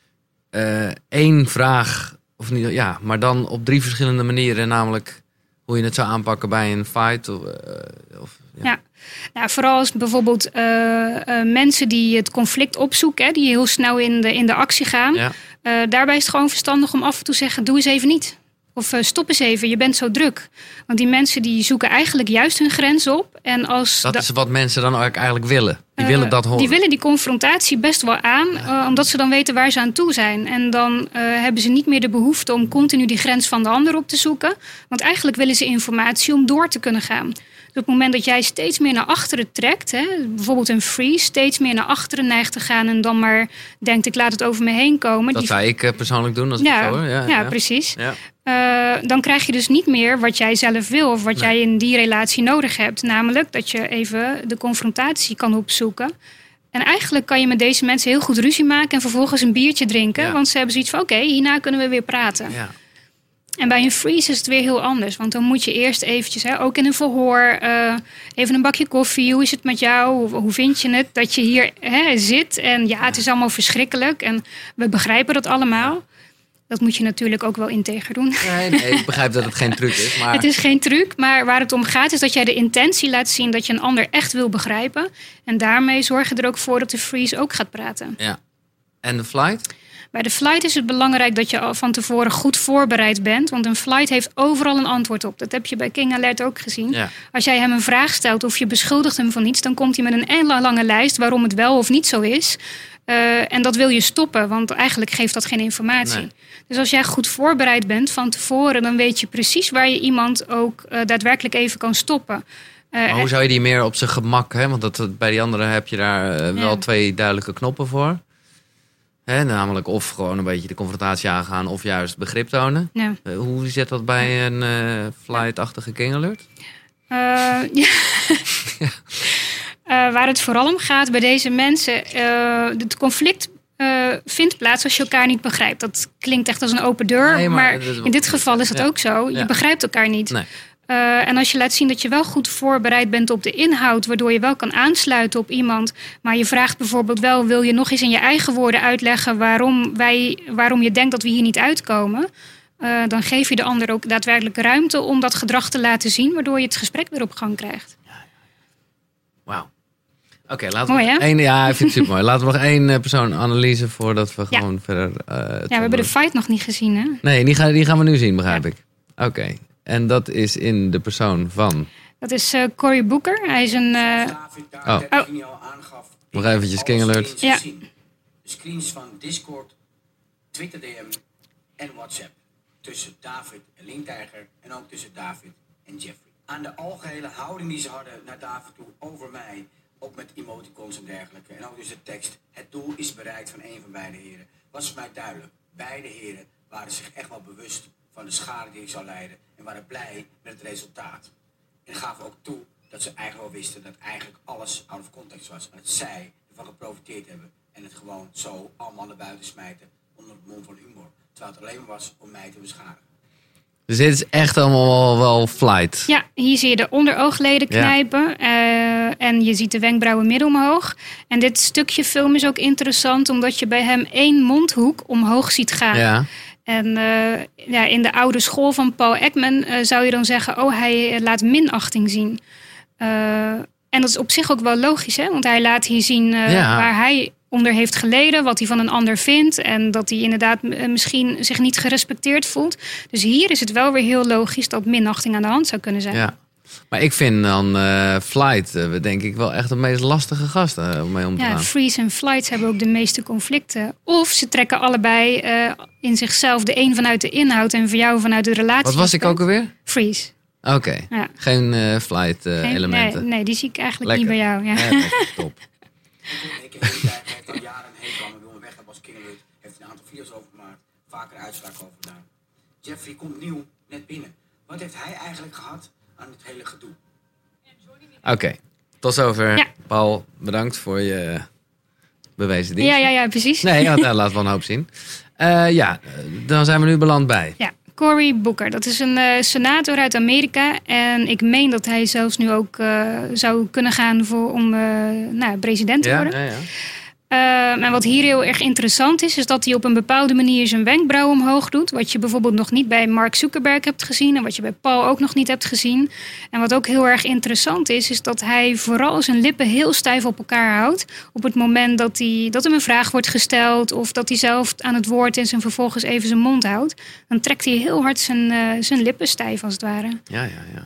uh, één vraag, of niet, ja, maar dan op drie verschillende manieren, namelijk hoe je het zou aanpakken bij een fight of, uh, of ja. ja. Nou, vooral als bijvoorbeeld uh, uh, mensen die het conflict opzoeken, hè, die heel snel in de, in de actie gaan. Ja. Uh, daarbij is het gewoon verstandig om af en toe te zeggen, doe eens even niet. Of uh, stop eens even, je bent zo druk. Want die mensen die zoeken eigenlijk juist hun grens op. En als dat da- is wat mensen dan ook eigenlijk willen. Die uh, willen dat horen. Die willen die confrontatie best wel aan. Uh, omdat ze dan weten waar ze aan toe zijn. En dan uh, hebben ze niet meer de behoefte om continu die grens van de ander op te zoeken. Want eigenlijk willen ze informatie om door te kunnen gaan. Dus op het moment dat jij steeds meer naar achteren trekt, hè, bijvoorbeeld een freeze, steeds meer naar achteren neigt te gaan en dan maar denkt, ik laat het over me heen komen. Dat die... zou ik uh, persoonlijk doen als ik ja, het hoor. Ja, ja, ja, precies. Ja. Uh, dan krijg je dus niet meer wat jij zelf wil of wat nee. jij in die relatie nodig hebt. Namelijk dat je even de confrontatie kan opzoeken. En eigenlijk kan je met deze mensen heel goed ruzie maken en vervolgens een biertje drinken. Ja. Want ze hebben zoiets van, oké, okay, hierna kunnen we weer praten. Ja. En bij een freeze is het weer heel anders. Want dan moet je eerst eventjes, hè, ook in een verhoor, uh, even een bakje koffie. Hoe is het met jou? Hoe, hoe vind je het dat je hier hè, zit? En ja, het is allemaal verschrikkelijk. En we begrijpen dat allemaal. Dat moet je natuurlijk ook wel integer doen. Nee, nee, ik begrijp dat het geen truc is. Maar... Het is geen truc, maar waar het om gaat is dat jij de intentie laat zien dat je een ander echt wil begrijpen. En daarmee zorg je er ook voor dat de freeze ook gaat praten. Ja. En de flight? Bij de flight is het belangrijk dat je al van tevoren goed voorbereid bent. Want een flight heeft overal een antwoord op. Dat heb je bij King Alert ook gezien. Ja. Als jij hem een vraag stelt of je beschuldigt hem van iets, dan komt hij met een hele lange lijst waarom het wel of niet zo is. Uh, en dat wil je stoppen, want eigenlijk geeft dat geen informatie. Nee. Dus als jij goed voorbereid bent van tevoren, dan weet je precies waar je iemand ook uh, daadwerkelijk even kan stoppen. Uh, maar hoe zou je die meer op zijn gemak, hè? Want dat, bij die anderen heb je daar uh, wel ja. twee duidelijke knoppen voor. Hè, namelijk of gewoon een beetje de confrontatie aangaan of juist begrip tonen. Ja. Uh, hoe zit dat bij een uh, flight-achtige King Alert? Uh, ja. ja. Uh, waar het vooral om gaat bij deze mensen, uh, het conflict uh, vindt plaats als je elkaar niet begrijpt. Dat klinkt echt als een open deur, nee, maar, maar in dit geval is het ja. ook zo. Je ja. begrijpt elkaar niet. Nee. Uh, en als je laat zien dat je wel goed voorbereid bent op de inhoud, waardoor je wel kan aansluiten op iemand, maar je vraagt bijvoorbeeld wel, wil je nog eens in je eigen woorden uitleggen waarom, wij, waarom je denkt dat we hier niet uitkomen? Uh, dan geef je de ander ook daadwerkelijk ruimte om dat gedrag te laten zien, waardoor je het gesprek weer op gang krijgt. Wauw. Oké, okay, laten Mooi, we nog hè? één. Ja, ik vind het super mooi. Laten we nog één uh, persoon analyse voordat we Ja. gewoon verder. Uh, Ja, we hebben de fight nog niet gezien, hè? Nee, die gaan, die gaan we nu zien, begrijp Ja. ik. Oké. Okay. En dat is in de persoon van. Dat is uh, Cory Booker. Hij is een. Uh... David daar Oh. oh. al aangaf. Nog eventjes King Alert. Ja. De screens van Discord, Twitter D M en WhatsApp. Tussen David en Linktijger en ook tussen David en Jeffrey. Aan de algehele houding die ze hadden naar David toe over mij, ook met emoticons en dergelijke. En ook dus de tekst, het doel is bereikt van een van beide heren. Was voor mij duidelijk. Beide heren waren zich echt wel bewust van de schade die ik zou leiden. En waren blij met het resultaat. En gaven ook toe dat ze eigenlijk wel wisten dat eigenlijk alles out of context was. En dat zij ervan geprofiteerd hebben. En het gewoon zo allemaal naar buiten smijten onder het mom van humor. Terwijl het alleen maar was om mij te beschadigen. Dus dit is echt allemaal wel, wel flight. Ja, hier zie je de onderoogleden knijpen. Ja. Uh, en je ziet de wenkbrauwen midden omhoog. En dit stukje film is ook interessant, omdat je bij hem één mondhoek omhoog ziet gaan. Ja. En uh, ja, in de oude school van Paul Ekman uh, zou je dan zeggen, oh, hij laat minachting zien. Uh, en dat is op zich ook wel logisch, hè? Want hij laat hier zien uh, ja. waar hij onder heeft geleden, wat hij van een ander vindt en dat hij inderdaad uh, misschien zich niet gerespecteerd voelt. Dus hier is het wel weer heel logisch dat minachting aan de hand zou kunnen zijn. Ja. Maar ik vind dan uh, Flight, uh, denk ik, wel echt de meest lastige gasten uh, om mee om te ja, gaan. Freeze en Flight hebben ook de meeste conflicten. Of ze trekken allebei uh, in zichzelf de een vanuit de inhoud en voor jou vanuit de relatie. Wat was ik ook alweer? Freeze. Oké, okay. ja. Geen uh, Flight uh, Geen, elementen. Nee, nee, die zie ik eigenlijk Lekker. niet bij jou. Ja. Ja, top. Ik heb heeft al jaren een hekel aan me wil me weg hebben als King Alert. Heeft een aantal video's over gemaakt. Vaker uitspraken over gedaan. Jeffrey komt nieuw net binnen. Wat heeft hij eigenlijk gehad aan het hele gedoe? Oké, okay. Tot zover. Ja. Paul, bedankt voor je bewezen dienst. Ja, ja, ja, precies. Nee, want daar laat wel een hoop zien. Uh, ja, dan zijn we nu beland bij. Ja, Cory Booker. Dat is een uh, senator uit Amerika. En ik meen dat hij zelfs nu ook uh, zou kunnen gaan voor, om uh, nou, president te ja, worden. Ja, ja. Uh, en wat hier heel erg interessant is, is dat hij op een bepaalde manier zijn wenkbrauw omhoog doet. Wat je bijvoorbeeld nog niet bij Mark Zuckerberg hebt gezien en wat je bij Paul ook nog niet hebt gezien. En wat ook heel erg interessant is, is dat hij vooral zijn lippen heel stijf op elkaar houdt. Op het moment dat, hij, dat hem een vraag wordt gesteld of dat hij zelf aan het woord is en vervolgens even zijn mond houdt. Dan trekt hij heel hard zijn, uh, zijn lippen stijf als het ware. Ja, ja, ja.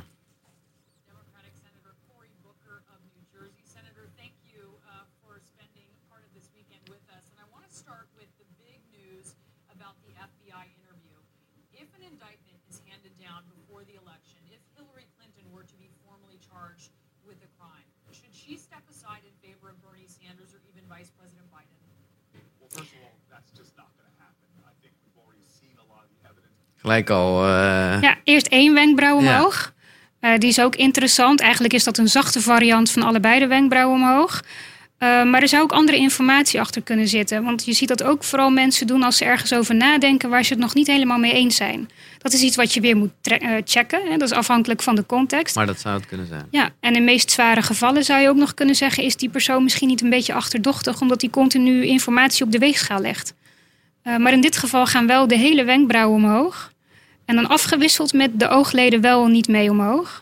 Gelijk al... Uh... Ja, eerst één wenkbrauw omhoog. Ja. Uh, die is ook interessant. Eigenlijk is dat een zachte variant van allebei de wenkbrauwen omhoog. Uh, maar er zou ook andere informatie achter kunnen zitten. Want je ziet dat ook vooral mensen doen als ze ergens over nadenken waar ze het nog niet helemaal mee eens zijn. Dat is iets wat je weer moet tre- uh, checken. Hè? Dat is afhankelijk van de context. Maar dat zou het kunnen zijn. Ja, en in meest zware gevallen zou je ook nog kunnen zeggen, is die persoon misschien niet een beetje achterdochtig omdat hij continu informatie op de weegschaal legt. Uh, maar in dit geval gaan wel de hele wenkbrauwen omhoog. En dan afgewisseld met de oogleden wel niet mee omhoog.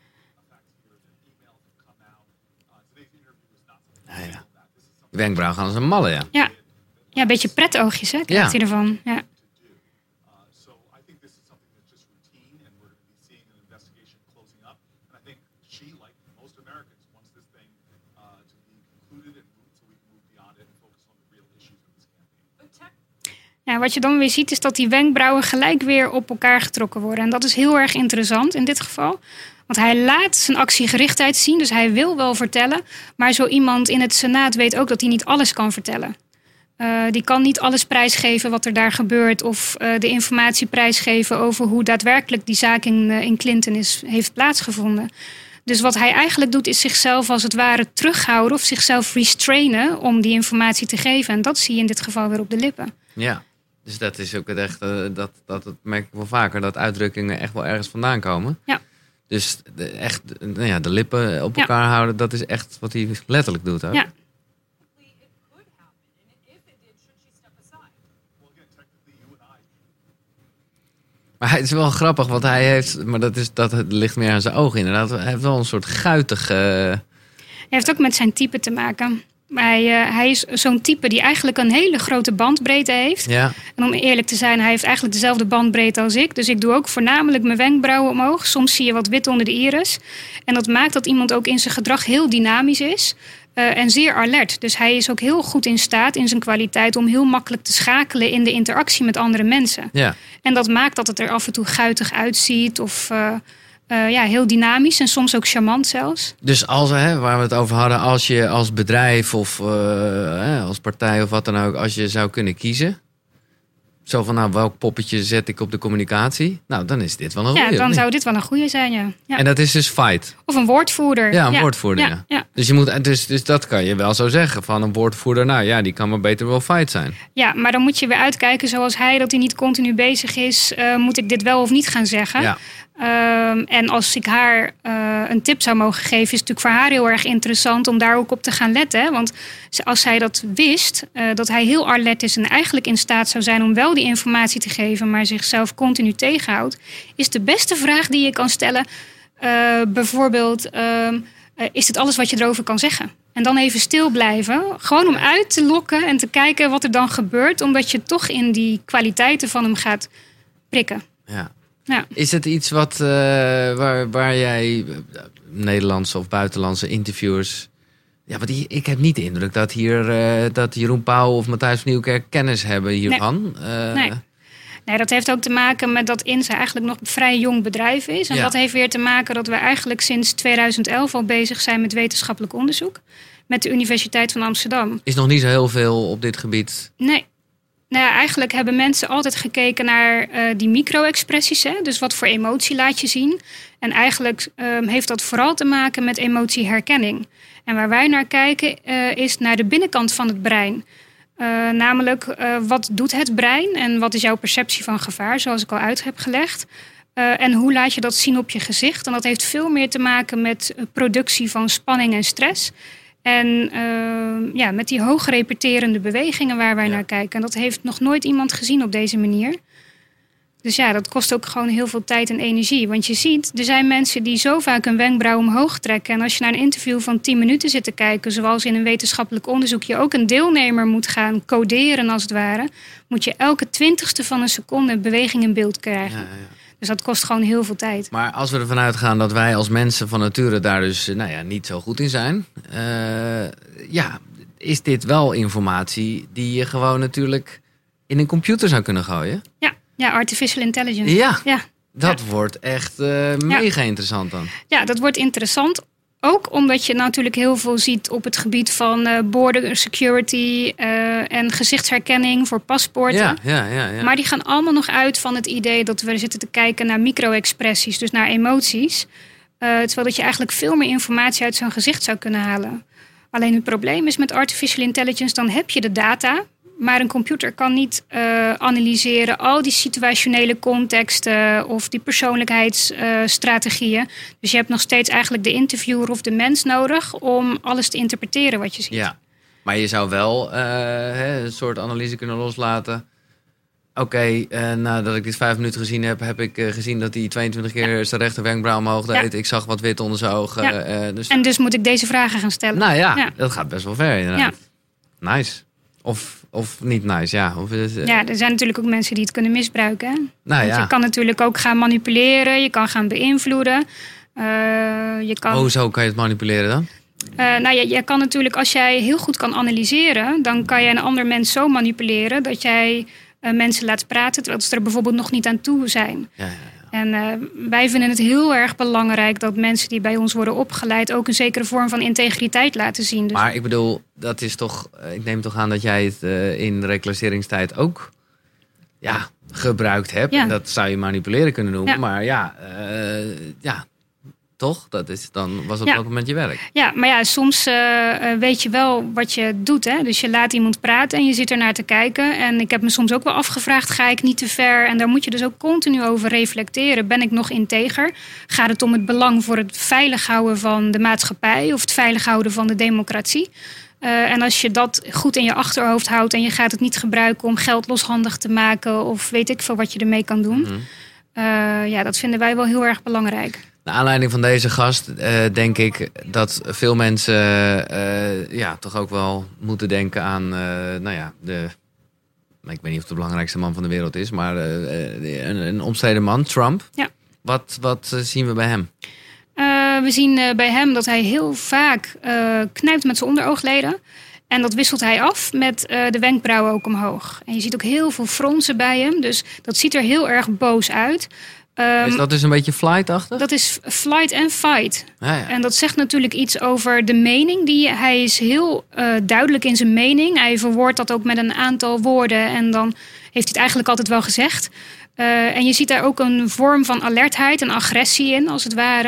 Ja, ja. De wenkbrauw gaan als een malle, ja. Ja, ja, een beetje pretoogjes, hè, krijgt hij ervan. Ja. Ja, wat je dan weer ziet is dat die wenkbrauwen gelijk weer op elkaar getrokken worden. En dat is heel erg interessant in dit geval. Want hij laat zijn actiegerichtheid zien, dus hij wil wel vertellen. Maar zo iemand in het Senaat weet ook dat hij niet alles kan vertellen. Uh, die kan niet alles prijsgeven wat er daar gebeurt. Of uh, de informatie prijsgeven over hoe daadwerkelijk die zaak in, uh, in Clinton is, heeft plaatsgevonden. Dus wat hij eigenlijk doet is zichzelf als het ware terughouden of zichzelf restrainen om die informatie te geven. En dat zie je in dit geval weer op de lippen. Ja. Dus dat is ook het echt, uh, dat, dat, dat merk ik wel vaker, dat uitdrukkingen echt wel ergens vandaan komen. Ja. Dus de, echt, nou ja, de lippen op elkaar ja. houden, dat is echt wat hij letterlijk doet. Ook. Ja. Maar het is wel grappig, want hij heeft... Maar dat, is, dat ligt meer aan zijn ogen inderdaad. Hij heeft wel een soort guitige... Hij heeft ook met zijn type te maken. Hij, uh, hij is zo'n type die eigenlijk een hele grote bandbreedte heeft. Ja. En om eerlijk te zijn, hij heeft eigenlijk dezelfde bandbreedte als ik. Dus ik doe ook voornamelijk mijn wenkbrauwen omhoog. Soms zie je wat wit onder de iris. En dat maakt dat iemand ook in zijn gedrag heel dynamisch is. Uh, en zeer alert. Dus hij is ook heel goed in staat in zijn kwaliteit om heel makkelijk te schakelen in de interactie met andere mensen. Ja. En dat maakt dat het er af en toe guitig uitziet of uh, uh, ja, heel dynamisch en soms ook charmant zelfs. Dus als, hè, waar we het over hadden, als je als bedrijf of uh, als partij of wat dan ook, als je zou kunnen kiezen. Zo van, nou, welk poppetje zet ik op de communicatie? Nou, dan is dit wel een goeie. Ja, dan nee? zou dit wel een goeie zijn, ja. ja. En dat is dus fight. Of een woordvoerder. Ja, een ja. woordvoerder, ja. Ja, ja. Dus, je moet, dus, dus dat kan je wel zo zeggen. Van een woordvoerder, nou ja, die kan maar beter wel fight zijn. Ja, maar dan moet je weer uitkijken zoals hij, dat hij niet continu bezig is. Uh, moet ik dit wel of niet gaan zeggen? Ja. Um, en als ik haar uh, een tip zou mogen geven, is het natuurlijk voor haar heel erg interessant om daar ook op te gaan letten. Hè? Want als zij dat wist, uh, dat hij heel alert is en eigenlijk in staat zou zijn om wel die informatie te geven, maar zichzelf continu tegenhoudt, is de beste vraag die je kan stellen uh, bijvoorbeeld, uh, uh, is dit alles wat je erover kan zeggen? En dan even stil blijven, gewoon om uit te lokken en te kijken wat er dan gebeurt, omdat je toch in die kwaliteiten van hem gaat prikken. Ja. Ja. Is het iets wat, uh, waar, waar jij uh, Nederlandse of buitenlandse interviewers... Ja, want die, ik heb niet de indruk dat hier uh, dat Jeroen Pauw of Matthijs van Nieuwkerk kennis hebben hiervan. Nee. Uh, nee. nee, dat heeft ook te maken met dat INSA eigenlijk nog een vrij jong bedrijf is. En ja. dat heeft weer te maken dat we eigenlijk sinds tweeduizend elf al bezig zijn met wetenschappelijk onderzoek. Met de Universiteit van Amsterdam. Is nog niet zo heel veel op dit gebied? Nee. Nou ja, eigenlijk hebben mensen altijd gekeken naar uh, die micro-expressies. Hè? Dus wat voor emotie laat je zien. En eigenlijk um, heeft dat vooral te maken met emotieherkenning. En waar wij naar kijken uh, is naar de binnenkant van het brein. Uh, namelijk, uh, wat doet het brein en wat is jouw perceptie van gevaar, zoals ik al uit heb gelegd. Uh, en hoe laat je dat zien op je gezicht? En dat heeft veel meer te maken met productie van spanning en stress. En uh, ja, met die hoog repeterende bewegingen waar wij ja. naar kijken. En dat heeft nog nooit iemand gezien op deze manier. Dus ja, dat kost ook gewoon heel veel tijd en energie. Want je ziet, er zijn mensen die zo vaak een wenkbrauw omhoog trekken. En als je naar een interview van tien minuten zit te kijken, zoals in een wetenschappelijk onderzoek je ook een deelnemer moet gaan coderen als het ware, moet je elke twintigste van een seconde beweging in beeld krijgen. Ja, ja. Dus dat kost gewoon heel veel tijd. Maar als we ervan uitgaan dat wij als mensen van nature daar dus nou ja, niet zo goed in zijn. Uh, ja, is dit wel informatie die je gewoon natuurlijk in een computer zou kunnen gooien? Ja, ja artificial intelligence. Ja, ja. dat ja. wordt echt uh, mega ja. interessant dan. Ja, dat wordt interessant. Ook omdat je natuurlijk heel veel ziet op het gebied van uh, border security uh, en gezichtsherkenning voor paspoorten. Ja, ja, ja, ja. Maar die gaan allemaal nog uit van het idee dat we zitten te kijken naar micro-expressies, dus naar emoties. Uh, terwijl dat je eigenlijk veel meer informatie uit zo'n gezicht zou kunnen halen. Alleen het probleem is met artificial intelligence, dan heb je de data, maar een computer kan niet uh, analyseren al die situationele contexten of die persoonlijkheidsstrategieën. Uh, dus je hebt nog steeds eigenlijk de interviewer of de mens nodig om alles te interpreteren wat je ziet. Ja, maar je zou wel uh, een soort analyse kunnen loslaten. Oké, okay, uh, nadat ik dit vijf minuten gezien heb, heb ik uh, gezien dat hij tweeëntwintig keer ja. zijn rechter wenkbrauw omhoog deed. Ja. Ik zag wat wit onder zijn ogen. Ja. Uh, dus... En dus moet ik deze vragen gaan stellen. Nou ja, ja. dat gaat best wel ver inderdaad. Ja. Nice. Of, of niet nice, ja. Of, uh... Ja, er zijn natuurlijk ook mensen die het kunnen misbruiken. Hè? Nou, Want ja. je kan natuurlijk ook gaan manipuleren. Je kan gaan beïnvloeden. Uh, je kan... Hoezo kan je het manipuleren dan? Uh, nou ja, je kan natuurlijk, als jij heel goed kan analyseren, dan kan je een ander mens zo manipuleren dat jij uh, mensen laat praten terwijl ze er bijvoorbeeld nog niet aan toe zijn. Ja, ja, ja. En uh, wij vinden het heel erg belangrijk dat mensen die bij ons worden opgeleid ook een zekere vorm van integriteit laten zien. Dus... Maar ik bedoel, dat is toch, ik neem toch aan dat jij het uh, in de reclasseringstijd ook ja, gebruikt hebt. Ja. En dat zou je manipuleren kunnen noemen. Ja. Maar ja, uh, ja, toch? Dat is, dan was op ja. dat moment je werk. Ja, maar ja, soms uh, weet je wel wat je doet. Hè? Dus je laat iemand praten en je zit er naar te kijken. En ik heb me soms ook wel afgevraagd, ga ik niet te ver? En daar moet je dus ook continu over reflecteren. Ben ik nog integer? Gaat het om het belang voor het veilig houden van de maatschappij of het veilig houden van de democratie? Uh, en als je dat goed in je achterhoofd houdt en je gaat het niet gebruiken om geld loshandig te maken of weet ik veel wat je ermee kan doen. Mm-hmm. Uh, ja, dat vinden wij wel heel erg belangrijk. Naar aanleiding van deze gast uh, denk ik dat veel mensen uh, ja, toch ook wel moeten denken aan uh, nou ja, de... Ik weet niet of het de belangrijkste man van de wereld is, maar uh, een, een omstreden man, Trump. Ja. Wat, wat uh, zien we bij hem? Uh, we zien uh, bij hem dat hij heel vaak uh, knijpt met zijn onderoogleden. En dat wisselt hij af met uh, de wenkbrauwen ook omhoog. En je ziet ook heel veel fronsen bij hem. Dus dat ziet er heel erg boos uit. Um, is dat dus een beetje flight-achtig? Dat is flight and fight. Ja, ja. En dat zegt natuurlijk iets over de mening. Die, hij is heel uh, duidelijk in zijn mening. Hij verwoordt dat ook met een aantal woorden. En dan heeft hij het eigenlijk altijd wel gezegd. Uh, en je ziet daar ook een vorm van alertheid en agressie in, als het ware.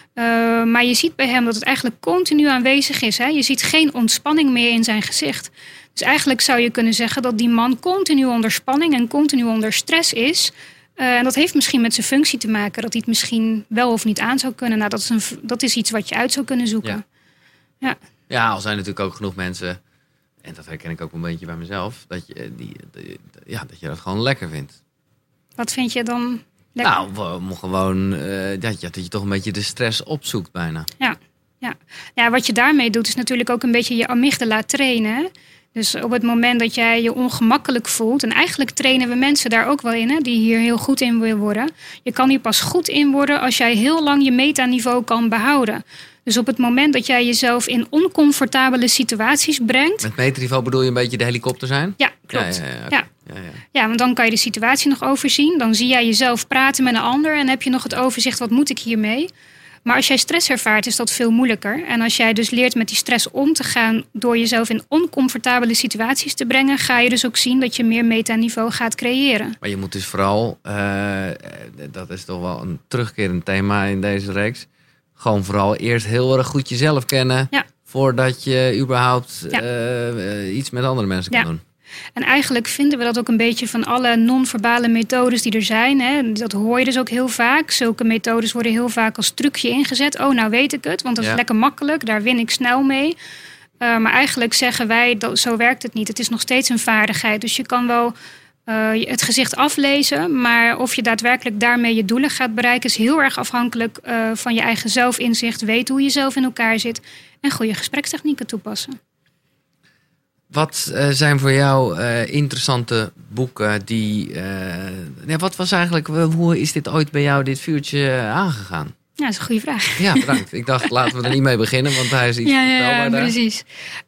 Uh, maar je ziet bij hem dat het eigenlijk continu aanwezig is. Hè? Je ziet geen ontspanning meer in zijn gezicht. Dus eigenlijk zou je kunnen zeggen dat die man continu onder spanning en continu onder stress is. Uh, en dat heeft misschien met zijn functie te maken. Dat hij het misschien wel of niet aan zou kunnen. Nou, dat is, een, dat is iets wat je uit zou kunnen zoeken. Ja, ja. ja, al zijn natuurlijk ook genoeg mensen, en dat herken ik ook een beetje bij mezelf, dat je, die, die, ja, dat, je dat gewoon lekker vindt. Wat vind je dan lekker? Nou, we, gewoon uh, dat, je, dat je toch een beetje de stress opzoekt bijna. Ja, ja. ja, wat je daarmee doet is natuurlijk ook een beetje je amygdala trainen. Hè? Dus op het moment dat jij je ongemakkelijk voelt... en eigenlijk trainen we mensen daar ook wel in, hè, die hier heel goed in willen worden. Je kan hier pas goed in worden als jij heel lang je metaniveau kan behouden. Dus op het moment dat jij jezelf in oncomfortabele situaties brengt... Met meterniveau bedoel je een beetje de helikopter zijn? Ja, klopt. Ja, ja, ja, ja. okay. ja, ja. ja, want dan kan je de situatie nog overzien. Dan zie jij jezelf praten met een ander en heb je nog het overzicht, wat moet ik hiermee? Maar als jij stress ervaart, is dat veel moeilijker. En als jij dus leert met die stress om te gaan door jezelf in oncomfortabele situaties te brengen, ga je dus ook zien dat je meer metaniveau gaat creëren. Maar je moet dus vooral, uh, dat is toch wel een terugkerend thema in deze reeks, gewoon vooral eerst heel erg goed jezelf kennen, ja. voordat je überhaupt ja. uh, iets met andere mensen kan ja. doen. En eigenlijk vinden we dat ook een beetje van alle non-verbale methodes die er zijn. Hè. Dat hoor je dus ook heel vaak. Zulke methodes worden heel vaak als trucje ingezet. Oh, nou weet ik het, want dat is ja. lekker makkelijk. Daar win ik snel mee. Uh, maar eigenlijk zeggen wij, dat, zo werkt het niet. Het is nog steeds een vaardigheid. Dus je kan wel uh, het gezicht aflezen. Maar of je daadwerkelijk daarmee je doelen gaat bereiken, is heel erg afhankelijk uh, van je eigen zelfinzicht. Weet hoe je zelf in elkaar zit. En goede gesprekstechnieken toepassen. Wat uh, zijn voor jou uh, interessante boeken die... Uh, ja, wat was eigenlijk... Hoe is dit ooit bij jou, dit vuurtje, aangegaan? Ja, dat is een goede vraag. Ja, bedankt. Ik dacht, laten we er niet mee beginnen, want hij is iets ja, ja, ja, daar. precies.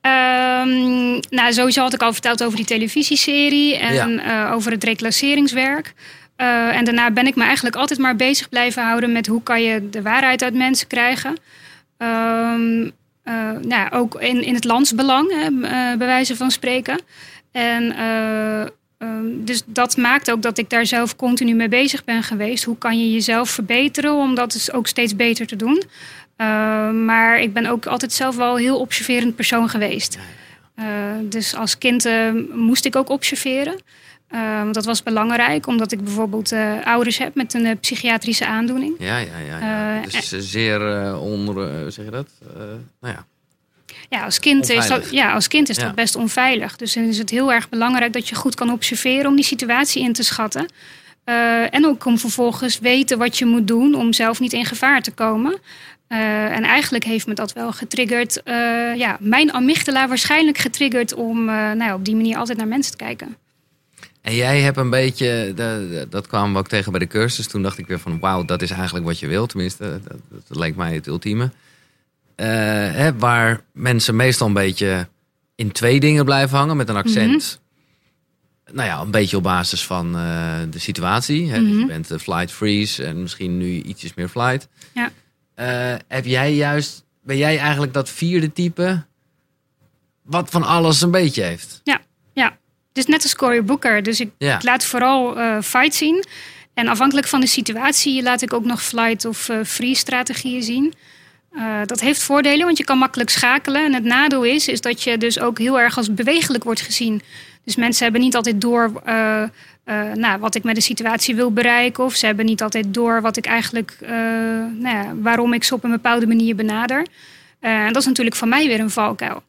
Um, nou, sowieso had ik al verteld over die televisieserie en ja. uh, over het reclasseringswerk. Uh, en daarna ben ik me eigenlijk altijd maar bezig blijven houden met hoe kan je de waarheid uit mensen krijgen. Um, Uh, nou, ook in, in het landsbelang, hè, uh, bij wijze van spreken. En uh, um, dus dat maakt ook dat ik daar zelf continu mee bezig ben geweest. Hoe kan je jezelf verbeteren om dat dus ook steeds beter te doen? Uh, maar ik ben ook altijd zelf wel een heel observerend persoon geweest. Uh, dus als kind uh, moest ik ook observeren. Uh, dat was belangrijk, omdat ik bijvoorbeeld uh, ouders heb met een uh, psychiatrische aandoening. Ja, ja, ja. ja. Uh, dus uh, zeer uh, onder, uh, zeg je dat? Uh, nou ja. Ja, als kind is dat, ja, als kind is dat ja. best onveilig. Dus dan is het heel erg belangrijk dat je goed kan observeren om die situatie in te schatten. Uh, en ook om vervolgens weten wat je moet doen om zelf niet in gevaar te komen. Uh, en eigenlijk heeft me dat wel getriggerd. Uh, ja, mijn amygdala waarschijnlijk getriggerd om uh, nou ja, op die manier altijd naar mensen te kijken. En jij hebt een beetje, dat kwamen we ook tegen bij de cursus. Toen dacht ik weer van wauw, dat is eigenlijk wat je wilt. Tenminste, dat, dat leek mij het ultieme. Uh, hè, waar mensen meestal een beetje in twee dingen blijven hangen met een accent. Mm-hmm. Nou ja, een beetje op basis van uh, de situatie. Hè? Mm-hmm. Je bent uh, flight freeze en misschien nu ietsjes meer flight. Ja. Uh, heb jij juist, ben jij eigenlijk dat vierde type wat van alles een beetje heeft? Ja, ja. Dus net als Cory Booker. Dus ik, ja. ik laat vooral uh, fight zien. En afhankelijk van de situatie laat ik ook nog flight of uh, freeze strategieën zien. Uh, dat heeft voordelen, want je kan makkelijk schakelen. En het nadeel is, is dat je dus ook heel erg als bewegelijk wordt gezien. Dus mensen hebben niet altijd door uh, uh, nou, wat ik met de situatie wil bereiken. Of ze hebben niet altijd door wat ik eigenlijk, uh, nou ja, waarom ik ze op een bepaalde manier benader. Uh, en dat is natuurlijk van mij weer een valkuil.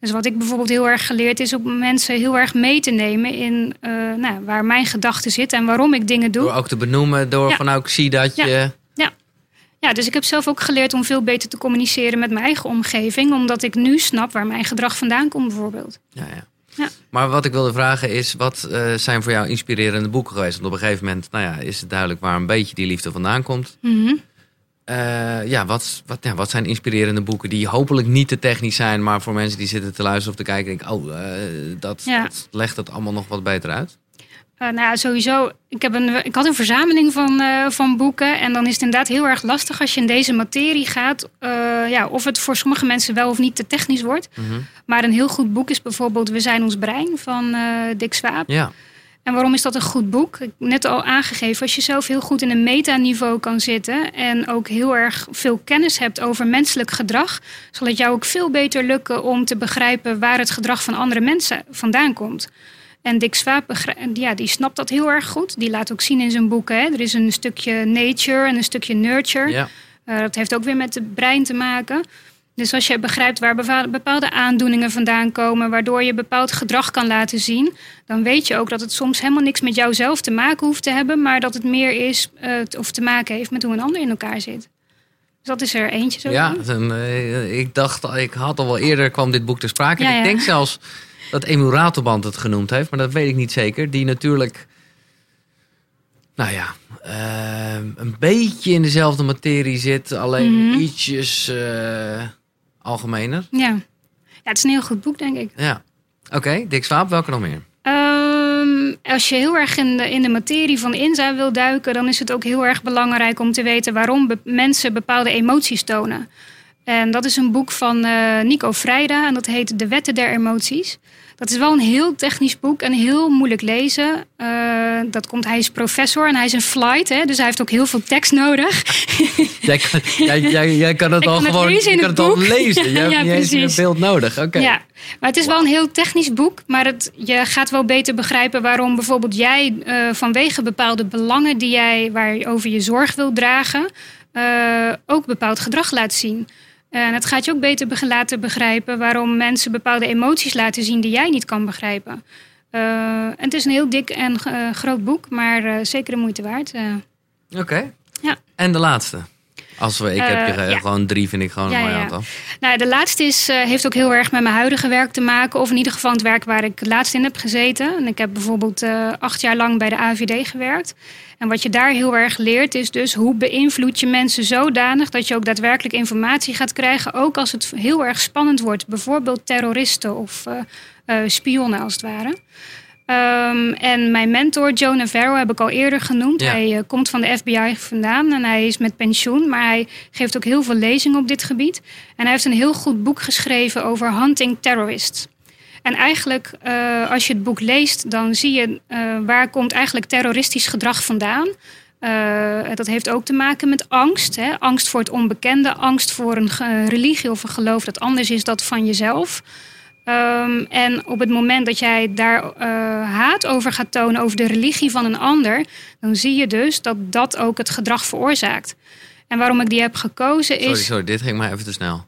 Dus wat ik bijvoorbeeld heel erg geleerd is om mensen heel erg mee te nemen in uh, nou, waar mijn gedachten zitten en waarom ik dingen doe. Door ook te benoemen, door Ja. van nou ik zie dat Ja. je... Ja, dus ik heb zelf ook geleerd om veel beter te communiceren met mijn eigen omgeving, omdat ik nu snap waar mijn gedrag vandaan komt bijvoorbeeld. Ja, ja. Ja. Maar wat ik wilde vragen is, wat uh, zijn voor jou inspirerende boeken geweest? Want op een gegeven moment nou ja, is het duidelijk waar een beetje die liefde vandaan komt. Mm-hmm. Uh, ja, wat, wat, ja, wat zijn inspirerende boeken die hopelijk niet te technisch zijn, maar voor mensen die zitten te luisteren of te kijken, denk ik, oh, uh, dat, Ja. dat legt het allemaal nog wat beter uit. Uh, nou ja, sowieso. Ik, heb een, ik had een verzameling van, uh, van boeken. En dan is het inderdaad heel erg lastig als je in deze materie gaat. Uh, ja, of het voor sommige mensen wel of niet te technisch wordt. Mm-hmm. Maar een heel goed boek is bijvoorbeeld We zijn ons brein van uh, Dick Swaap. Ja. En waarom is dat een goed boek? Ik heb net al aangegeven, als je zelf heel goed in een metaniveau kan zitten en ook heel erg veel kennis hebt over menselijk gedrag, zal het jou ook veel beter lukken om te begrijpen waar het gedrag van andere mensen vandaan komt. En Dick Swaap, begrijp- ja, die snapt dat heel erg goed. Die laat ook zien in zijn boeken. Hè. Er is een stukje nature en een stukje nurture. Ja. Uh, dat heeft ook weer met het brein te maken. Dus als je begrijpt waar beva- bepaalde aandoeningen vandaan komen, waardoor je bepaald gedrag kan laten zien, dan weet je ook dat het soms helemaal niks met jouzelf te maken hoeft te hebben, maar dat het meer is uh, of te maken heeft met hoe een ander in elkaar zit. Dus dat is er eentje zo. Ja, en, uh, ik dacht, al- ik had al wel eerder kwam dit boek ter sprake. Ja, en ik ja. denk zelfs dat Emiel Ratelband het genoemd heeft, maar dat weet ik niet zeker. Die natuurlijk, nou ja, uh, een beetje in dezelfde materie zit, alleen Mhm. ietsjes uh, algemener. Ja. Ja, het is een heel goed boek, denk ik. Ja. Oké, okay, Dick Swaap, welke nog meer? Um, als je heel erg in de, in de materie van Inza wil duiken, dan is het ook heel erg belangrijk om te weten waarom be- mensen bepaalde emoties tonen. En dat is een boek van uh, Nico Vrijda en dat heet De Wetten der Emoties. Dat is wel een heel technisch boek en heel moeilijk lezen. Uh, dat komt, hij is professor en hij is een flight, hè, dus hij heeft ook heel veel tekst nodig. Jij kan, jij, jij, jij kan het Ik al kan het gewoon lezen in je kan het het al boek. lezen. Je hebt Ja, niet eens een precies. beeld nodig. Oké. Ja, maar het is wel een heel technisch boek. Maar het, je gaat wel beter begrijpen waarom bijvoorbeeld jij uh, vanwege bepaalde belangen die jij, waarover je zorg wilt dragen, uh, ook bepaald gedrag laat zien. En het gaat je ook beter be- laten begrijpen waarom mensen bepaalde emoties laten zien die jij niet kan begrijpen. Uh, en het is een heel dik en uh, groot boek, maar uh, zeker de moeite waard. Uh, Oké. Okay. Ja. En de laatste? Als we, ik Uh, heb je ge- ja. gewoon drie, vind ik gewoon Ja, een mooi ja. aantal. Nou, de laatste is, uh, heeft ook heel erg met mijn huidige werk te maken. Of in ieder geval het werk waar ik laatst in heb gezeten. En ik heb bijvoorbeeld uh, acht jaar lang bij de A V D gewerkt. En wat je daar heel erg leert is dus hoe beïnvloed je mensen zodanig dat je ook daadwerkelijk informatie gaat krijgen. Ook als het heel erg spannend wordt. Bijvoorbeeld terroristen of uh, uh, spionnen als het ware. Um, en mijn mentor, Joe Navarro, heb ik al eerder genoemd. Ja. Hij uh, komt van de F B I vandaan en hij is met pensioen. Maar hij geeft ook heel veel lezingen op dit gebied. En hij heeft een heel goed boek geschreven over hunting terrorists. En eigenlijk, uh, als je het boek leest, dan zie je uh, waar komt eigenlijk terroristisch gedrag vandaan. Uh, dat heeft ook te maken met angst. Hè? Angst voor het onbekende, angst voor een uh, religie of een geloof dat anders is dan van jezelf. Um, en op het moment dat jij daar uh, haat over gaat tonen over de religie van een ander, dan zie je dus dat dat ook het gedrag veroorzaakt. En waarom ik die heb gekozen is... Sorry, sorry, dit ging maar even te snel.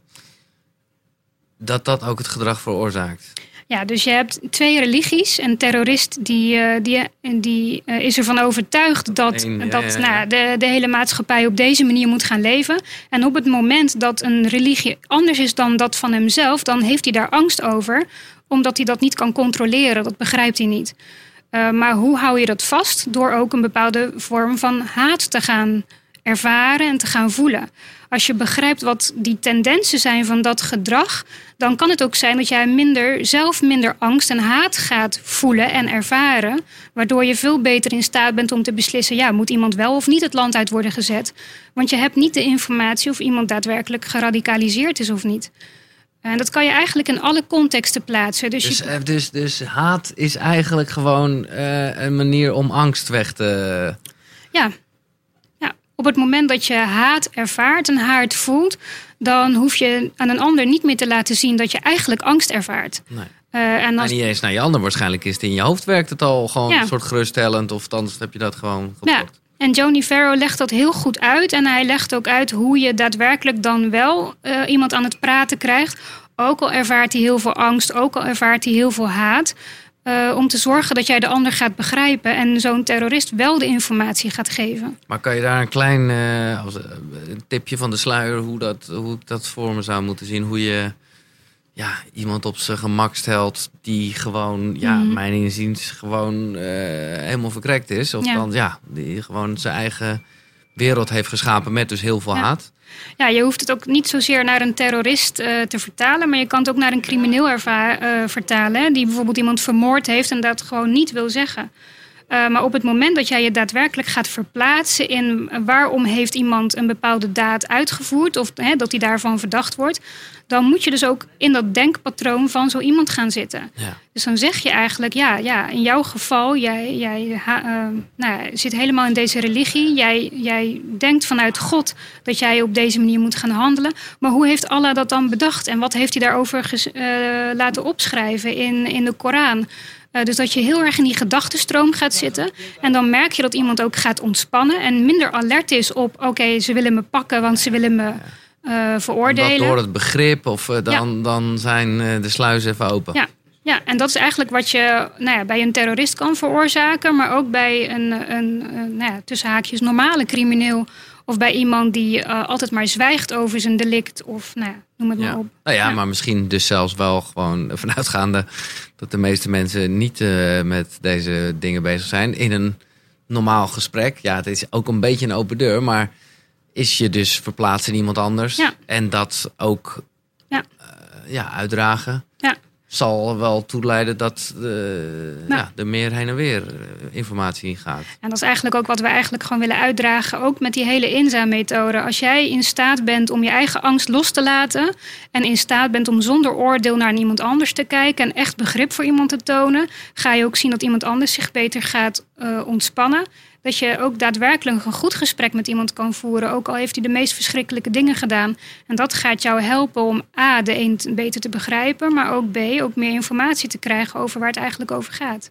Dat dat ook het gedrag veroorzaakt. Ja, dus je hebt twee religies. Een terrorist die, uh, die, die uh, is ervan overtuigd dat, Eén, ja, dat ja, ja. Nou, de, de hele maatschappij op deze manier moet gaan leven. En op het moment dat een religie anders is dan dat van hemzelf, dan heeft hij daar angst over, omdat hij dat niet kan controleren. Dat begrijpt hij niet. Uh, maar hoe hou je dat vast? Door ook een bepaalde vorm van haat te gaan ervaren en te gaan voelen. Als je begrijpt wat die tendensen zijn van dat gedrag, dan kan het ook zijn dat jij minder, zelf minder angst en haat gaat voelen en ervaren, waardoor je veel beter in staat bent om te beslissen, ja, moet iemand wel of niet het land uit worden gezet? Want je hebt niet de informatie of iemand daadwerkelijk geradicaliseerd is of niet. En dat kan je eigenlijk in alle contexten plaatsen. Dus, Dus, je, eh, dus, dus haat is eigenlijk gewoon uh, een manier om angst weg te... ja. ja, op het moment dat je haat ervaart en haat voelt, dan hoef je aan een ander niet meer te laten zien dat je eigenlijk angst ervaart. Nee. Uh, en als... En niet eens naar je ander. Waarschijnlijk is het in je hoofd werkt het al gewoon Ja. een soort geruststellend. Of anders heb je dat gewoon Ja, gepropt. en Joe Navarro legt dat heel goed uit. En hij legt ook uit hoe je daadwerkelijk dan wel uh, iemand aan het praten krijgt. Ook al ervaart hij heel veel angst, ook al ervaart hij heel veel haat. Uh, om te zorgen dat jij de ander gaat begrijpen en zo'n terrorist wel de informatie gaat geven. Maar kan je daar een klein uh, als, uh, een tipje van de sluier hoe, dat, hoe ik dat voor me zou moeten zien? Hoe je ja, iemand op zijn gemak stelt die gewoon, ja, mm. mijn inziens, gewoon uh, helemaal verkrekt is. Of ja. dan, ja, die gewoon zijn eigen wereld heeft geschapen met dus heel veel ja. haat. Ja, je hoeft het ook niet zozeer naar een terrorist uh, te vertalen, maar je kan het ook naar een crimineel erva- uh, vertalen. Hè, die bijvoorbeeld iemand vermoord heeft en dat gewoon niet wil zeggen. Uh, maar op het moment dat jij je daadwerkelijk gaat verplaatsen in waarom heeft iemand een bepaalde daad uitgevoerd of hè, dat hij daarvan verdacht wordt, dan moet je dus ook in dat denkpatroon van zo iemand gaan zitten. Ja. Dus dan zeg je eigenlijk, ja, ja in jouw geval, jij, jij uh, nou ja, zit helemaal in deze religie. Jij, jij denkt vanuit God dat jij op deze manier moet gaan handelen. Maar hoe heeft Allah dat dan bedacht? En wat heeft hij daarover ges, uh, laten opschrijven in, in de Koran? Uh, dus dat je heel erg in die gedachtenstroom gaat zitten. En dan merk je dat iemand ook gaat ontspannen en minder alert is op, oké, okay, ze willen me pakken, want ze willen me uh, veroordelen. Omdat door het begrip of uh, dan, ja. dan zijn uh, de sluizen even open. Ja. Ja, en dat is eigenlijk wat je nou ja, bij een terrorist kan veroorzaken, maar ook bij een, een, een nou ja, tussen haakjes normale crimineel of bij iemand die uh, altijd maar zwijgt over zijn delict of nou ja, noem het ja. maar op. Nou ja, ja, maar misschien dus zelfs wel gewoon vanuitgaande dat de meeste mensen niet uh, met deze dingen bezig zijn. In een normaal gesprek, ja, het is ook een beetje een open deur, maar is je dus verplaatst in iemand anders ja. en dat ook ja. Uh, ja, uitdragen. Ja. Zal wel toeleiden dat uh, nou. ja, er meer heen en weer informatie gaat. En dat is eigenlijk ook wat we eigenlijk gewoon willen uitdragen. Ook met die hele inzaammethode. Als jij in staat bent om je eigen angst los te laten. En in staat bent om zonder oordeel naar iemand anders te kijken. En echt begrip voor iemand te tonen. Ga je ook zien dat iemand anders zich beter gaat uh, ontspannen. Dat je ook daadwerkelijk een goed gesprek met iemand kan voeren. Ook al heeft hij de meest verschrikkelijke dingen gedaan. En dat gaat jou helpen om A, de een beter te begrijpen. Maar ook B, ook meer informatie te krijgen over waar het eigenlijk over gaat.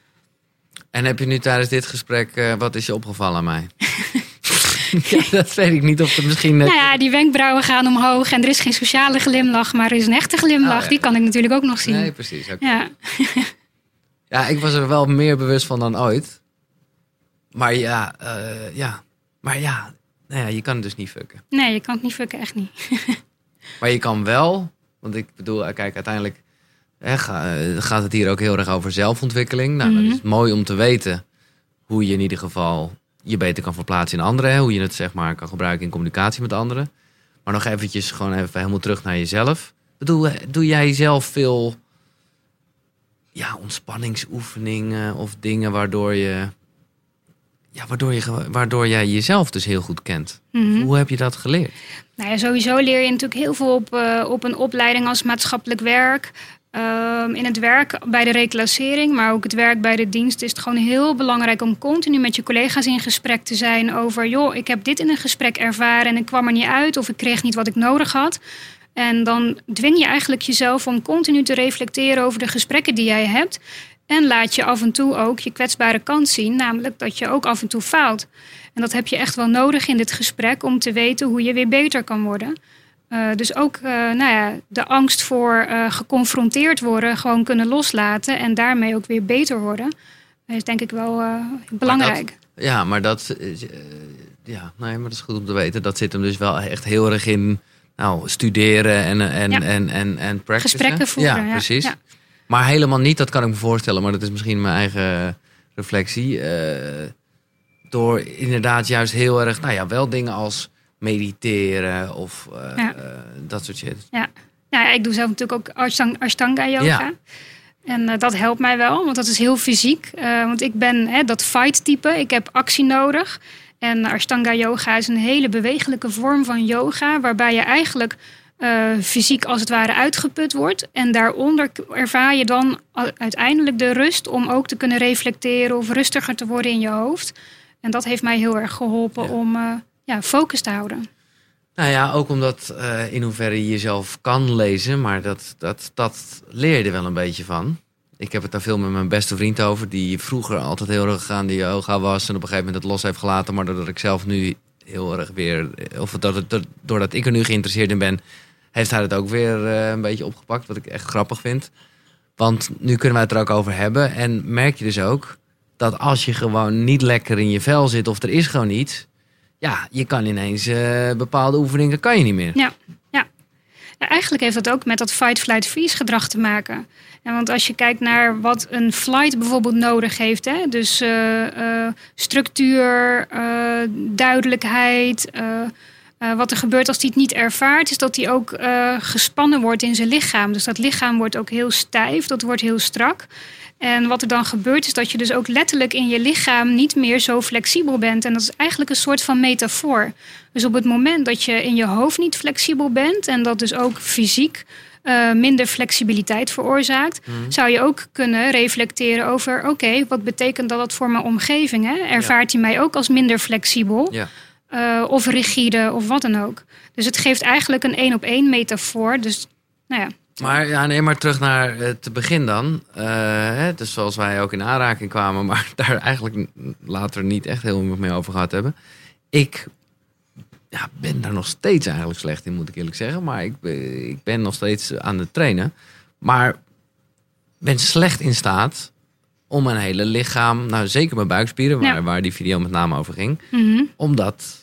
En heb je nu tijdens dit gesprek, uh, wat is je opgevallen aan mij? Ja, dat weet ik niet of het misschien... Net... Nou ja, die wenkbrauwen gaan omhoog en er is geen sociale glimlach. Maar er is een echte glimlach. Oh, ja. Die kan ik natuurlijk ook nog zien. Nee, precies. Okay. Ja. Ja, ik was er wel meer bewust van dan ooit. Maar ja, uh, ja. Maar ja, nou ja, je kan het dus niet fucken. Nee, je kan het niet fucken, echt niet. Maar je kan wel, want ik bedoel, kijk, uiteindelijk hè, gaat het hier ook heel erg over zelfontwikkeling. Nou, mm-hmm. Dat is mooi om te weten hoe je in ieder geval je beter kan verplaatsen in anderen. Hè, hoe je het zeg maar kan gebruiken in communicatie met anderen. Maar nog eventjes gewoon even helemaal terug naar jezelf. Ik bedoel, doe jij zelf veel ja, ontspanningsoefeningen of dingen waardoor je... Ja, waardoor, je, waardoor jij jezelf dus heel goed kent. Mm-hmm. Hoe heb je dat geleerd? Nou ja, sowieso leer je natuurlijk heel veel op, uh, op een opleiding als maatschappelijk werk. Uh, in het werk bij de reclassering, maar ook het werk bij de dienst... is het gewoon heel belangrijk om continu met je collega's in gesprek te zijn... over, joh, ik heb dit in een gesprek ervaren en ik kwam er niet uit... of ik kreeg niet wat ik nodig had. En dan dwing je eigenlijk jezelf om continu te reflecteren over de gesprekken die jij hebt... En laat je af en toe ook je kwetsbare kant zien. Namelijk dat je ook af en toe faalt. En dat heb je echt wel nodig in dit gesprek. Om te weten hoe je weer beter kan worden. Uh, dus ook uh, nou ja, de angst voor uh, geconfronteerd worden. Gewoon kunnen loslaten. En daarmee ook weer beter worden. Dat is denk ik wel uh, belangrijk. Maar dat, ja, maar dat, uh, ja, nee, maar dat is goed om te weten. Dat zit hem dus wel echt heel erg in nou, studeren en, en, ja. en, en, en practicen. Gesprekken voeren. Ja, ja. precies. Ja. Maar helemaal niet, dat kan ik me voorstellen. Maar dat is misschien mijn eigen reflectie. Uh, door inderdaad juist heel erg... Nou ja, wel dingen als mediteren of uh, ja. uh, dat soort shit. Ja. ja, ik doe zelf natuurlijk ook Ashtang, Ashtanga yoga. Ja. En uh, dat helpt mij wel, want dat is heel fysiek. Uh, want ik ben hè, dat fight type. Ik heb actie nodig. En Ashtanga yoga is een hele bewegelijke vorm van yoga... waarbij je eigenlijk... Uh, fysiek als het ware uitgeput wordt. En daaronder ervaar je dan uiteindelijk de rust... om ook te kunnen reflecteren of rustiger te worden in je hoofd. En dat heeft mij heel erg geholpen ja. om uh, ja, focus te houden. Nou ja, ook omdat uh, in hoeverre je jezelf kan lezen... maar dat, dat, dat leer je er wel een beetje van. Ik heb het daar veel met mijn beste vriend over... die vroeger altijd heel erg aan de yoga was... en op een gegeven moment het los heeft gelaten... maar doordat ik zelf nu heel erg weer... of dat het, doordat ik er nu geïnteresseerd in ben... heeft hij het ook weer uh, een beetje opgepakt. Wat ik echt grappig vind. Want nu kunnen wij het er ook over hebben. En merk je dus ook dat als je gewoon niet lekker in je vel zit of er is gewoon iets, ja, je kan ineens uh, bepaalde oefeningen kan je niet meer. Ja, ja. Ja, eigenlijk heeft dat ook met dat fight-flight-freeze gedrag te maken. En want als je kijkt naar wat een flight bijvoorbeeld nodig heeft, hè, dus uh, uh, structuur, uh, duidelijkheid, uh, uh, wat er gebeurt als hij het niet ervaart, is dat hij ook uh, gespannen wordt in zijn lichaam. Dus dat lichaam wordt ook heel stijf, dat wordt heel strak. En wat er dan gebeurt is dat je dus ook letterlijk in je lichaam niet meer zo flexibel bent. En dat is eigenlijk een soort van metafoor. Dus op het moment dat je in je hoofd niet flexibel bent en dat dus ook fysiek uh, minder flexibiliteit veroorzaakt, mm. zou je ook kunnen reflecteren over, oké, okay, wat betekent dat voor mijn omgeving? Hè? Ervaart hij ja. mij ook als minder flexibel ja. uh, of rigide of wat dan ook? Dus het geeft eigenlijk een één op één metafoor. Dus nou ja. Maar, ja, nee, maar terug naar het begin dan. Uh, hè, dus zoals wij ook in aanraking kwamen, maar daar eigenlijk later niet echt heel veel mee over gehad hebben. Ik ja, ben daar nog steeds eigenlijk slecht in, moet ik eerlijk zeggen. Maar ik, ik ben nog steeds aan het trainen. Maar ben slecht in staat om mijn hele lichaam, nou zeker mijn buikspieren, waar, ja. waar die video met name over ging, mm-hmm. om dat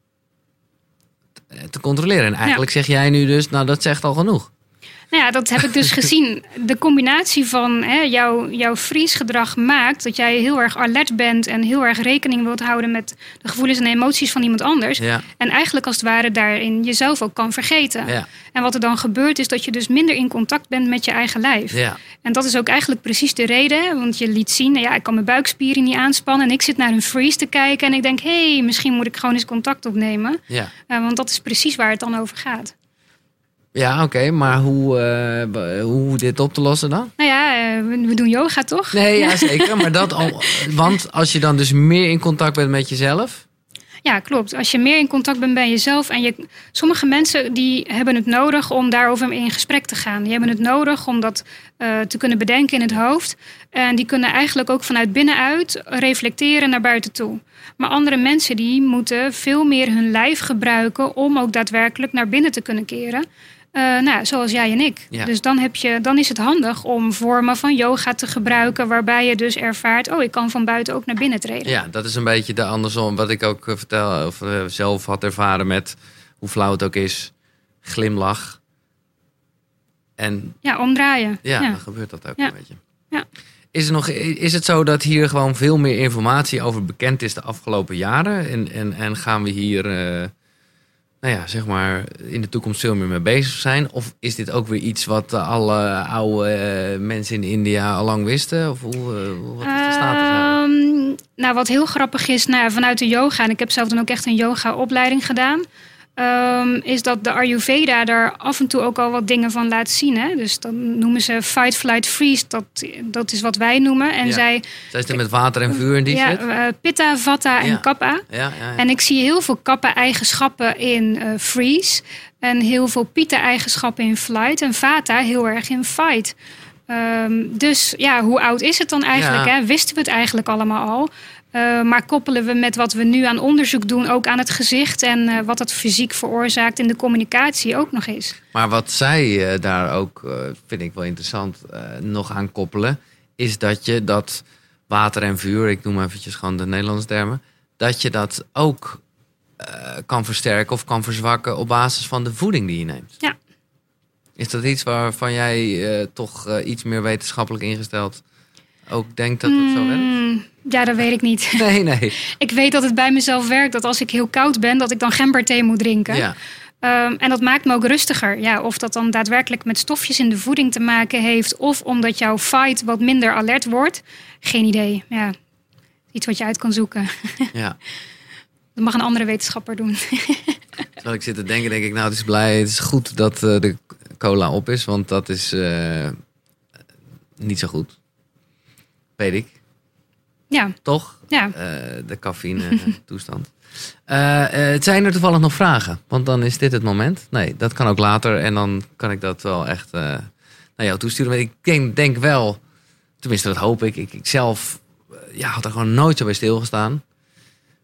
te controleren. En eigenlijk ja. zeg jij nu dus, nou dat zegt al genoeg. Nou ja, dat heb ik dus gezien. De combinatie van hè, jouw, jouw vriesgedrag maakt dat jij heel erg alert bent en heel erg rekening wilt houden met de gevoelens en emoties van iemand anders. Ja. En eigenlijk als het ware daarin jezelf ook kan vergeten. Ja. En wat er dan gebeurt is dat je dus minder in contact bent met je eigen lijf. Ja. En dat is ook eigenlijk precies de reden. Want je liet zien, nou ja, ik kan mijn buikspieren niet aanspannen en ik zit naar een freeze te kijken en ik denk, hé, hey, misschien moet ik gewoon eens contact opnemen. Ja. Uh, want dat is precies waar het dan over gaat. Ja, oké, okay, maar hoe, uh, hoe dit op te lossen dan? Nou ja, uh, we doen yoga toch? Nee, ja, zeker. Maar dat al, want als je dan dus meer in contact bent met jezelf? Ja, klopt. Als je meer in contact bent bij jezelf. En je, sommige mensen die hebben het nodig om daarover in gesprek te gaan. Die hebben het nodig om dat uh, te kunnen bedenken in het hoofd. En die kunnen eigenlijk ook vanuit binnenuit reflecteren naar buiten toe. Maar andere mensen die moeten veel meer hun lijf gebruiken om ook daadwerkelijk naar binnen te kunnen keren. Uh, nou, zoals jij en ik. Ja. Dus dan, heb je, dan is het handig om vormen van yoga te gebruiken, waarbij je dus ervaart, oh, ik kan van buiten ook naar binnen treden. Ja, dat is een beetje de andersom wat ik ook uh, vertel, of uh, zelf had ervaren met hoe flauw het ook is, glimlach. En ja, omdraaien. Ja, ja. dan gebeurt dat ook ja. een beetje. Ja. Is, er nog, is het zo dat hier gewoon veel meer informatie over bekend is de afgelopen jaren? En, en, en gaan we hier uh, nou ja, zeg maar in de toekomst veel meer mee bezig zijn? Of is dit ook weer iets wat alle oude uh, mensen in India al lang wisten? Of hoe, uh, wat is de status? Um, nou, wat heel grappig is, nou ja, vanuit de yoga, en ik heb zelf dan ook echt een yoga-opleiding gedaan, Um, is dat de Ayurveda daar af en toe ook al wat dingen van laat zien. Hè? Dus dan noemen ze fight, flight, freeze. Dat, dat is wat wij noemen. En ja. zij, zij zitten met water en vuur in die ja, shit? Uh, pitta, vata en ja. kapha. Ja, ja, ja. En ik zie heel veel kapha-eigenschappen in uh, freeze. En heel veel pitta-eigenschappen in flight. En vata heel erg in fight. Um, dus ja, hoe oud is het dan eigenlijk? Ja. Hè? Wisten we het eigenlijk allemaal al? Uh, maar koppelen we met wat we nu aan onderzoek doen ook aan het gezicht en uh, wat dat fysiek veroorzaakt in de communicatie ook nog eens. Maar wat zij uh, daar ook, uh, vind ik wel interessant, uh, nog aan koppelen, is dat je dat water en vuur, ik noem eventjes gewoon de Nederlandse termen, dat je dat ook uh, kan versterken of kan verzwakken op basis van de voeding die je neemt. Ja. Is dat iets waarvan jij uh, toch uh, iets meer wetenschappelijk ingesteld ook denkt dat het mm, zo werkt? Ja, dat weet ik niet. Nee, nee. Ik weet dat het bij mezelf werkt dat als ik heel koud ben, dat ik dan gemberthee moet drinken. Ja. Um, en dat maakt me ook rustiger. Ja, of dat dan daadwerkelijk met stofjes in de voeding te maken heeft, of omdat jouw fight wat minder alert wordt. Geen idee. Ja, iets wat je uit kan zoeken. Ja. Dat mag een andere wetenschapper doen. Terwijl ik zit te denken, denk ik, nou, het is blij, het is goed dat uh, de cola op is, want dat is uh, niet zo goed. Weet ik. Ja. Toch? Ja. Uh, de cafeïne toestand. Uh, uh, zijn er toevallig nog vragen? Want dan is dit het moment. Nee, dat kan ook later. En dan kan ik dat wel echt uh, naar jou toesturen. Maar ik denk, denk wel, tenminste dat hoop ik. Ik, ik zelf uh, ja, had er gewoon nooit zo bij stilgestaan.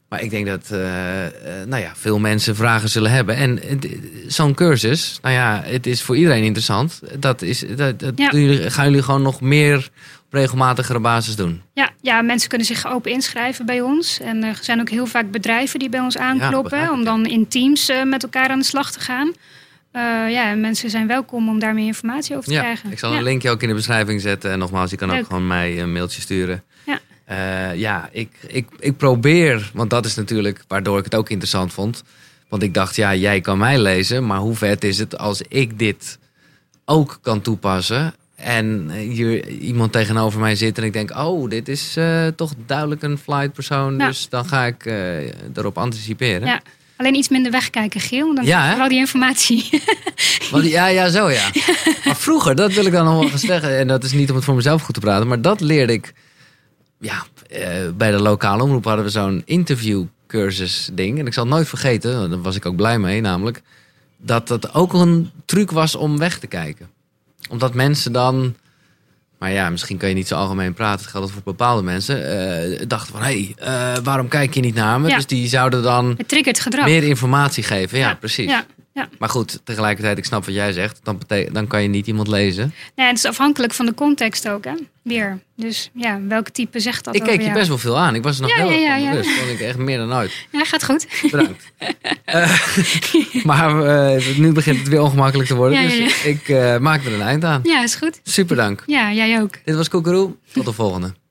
Maar ik denk dat uh, uh, nou ja, veel mensen vragen zullen hebben. En uh, zo'n cursus, nou ja, het is voor iedereen interessant. Dat is, dat, dat Ja. doen jullie, gaan jullie gewoon nog meer op regelmatigere basis doen? Ja, ja, mensen kunnen zich open inschrijven bij ons. En er zijn ook heel vaak bedrijven die bij ons Ja, aankloppen. begrijp ik, om ja. dan in teams uh, met elkaar aan de slag te gaan. Uh, ja, en mensen zijn welkom om daar meer informatie over te Ja, krijgen. ik zal ja. een linkje ook in de beschrijving zetten. En nogmaals, je kan ook Leuk. gewoon mij een mailtje sturen. Ja. Uh, ja, ik, ik, ik probeer, want dat is natuurlijk waardoor ik het ook interessant vond. Want ik dacht, ja, jij kan mij lezen, maar hoe vet is het als ik dit ook kan toepassen? En hier iemand tegenover mij zit en ik denk, oh, dit is uh, toch duidelijk een flight persoon. Ja. Dus dan ga ik uh, erop anticiperen. Ja. Alleen iets minder wegkijken, Giel. Dan Ja, hè? vooral die informatie. Want, ja, ja, zo ja. Maar vroeger, dat wil ik dan nog wel eens zeggen. En dat is niet om het voor mezelf goed te praten. Maar dat leerde ik. Ja, uh, bij de lokale omroep hadden we zo'n interviewcursus ding. En ik zal het nooit vergeten. Daar was ik ook blij mee namelijk. Dat dat ook een truc was om weg te kijken. Omdat mensen dan. Maar ja, misschien kan je niet zo algemeen praten. Het geldt ook voor bepaalde mensen. Uh, dachten van, hé, hey, uh, waarom kijk je niet naar me? Ja. Dus die zouden dan Het triggert gedrag. meer informatie geven. Ja, Ja, precies. Ja, ja. Maar goed, tegelijkertijd, ik snap wat jij zegt. Dan, bete- dan kan je niet iemand lezen. Nee, het is afhankelijk van de context ook, hè? Weer. Dus ja, welke type zegt dat Ik over keek je jou? best wel veel aan. Ik was er nog Ja, heel ja, erg ja, van ja. bewust. Vond ik echt meer dan ooit. Ja, gaat goed. Bedankt. uh, maar uh, nu begint het weer ongemakkelijk te worden. Ja, ja, ja. Dus ik uh, maak er een eind aan. Ja, is goed. Super dank. Ja, jij ook. Dit was Koekeroe. Tot de volgende.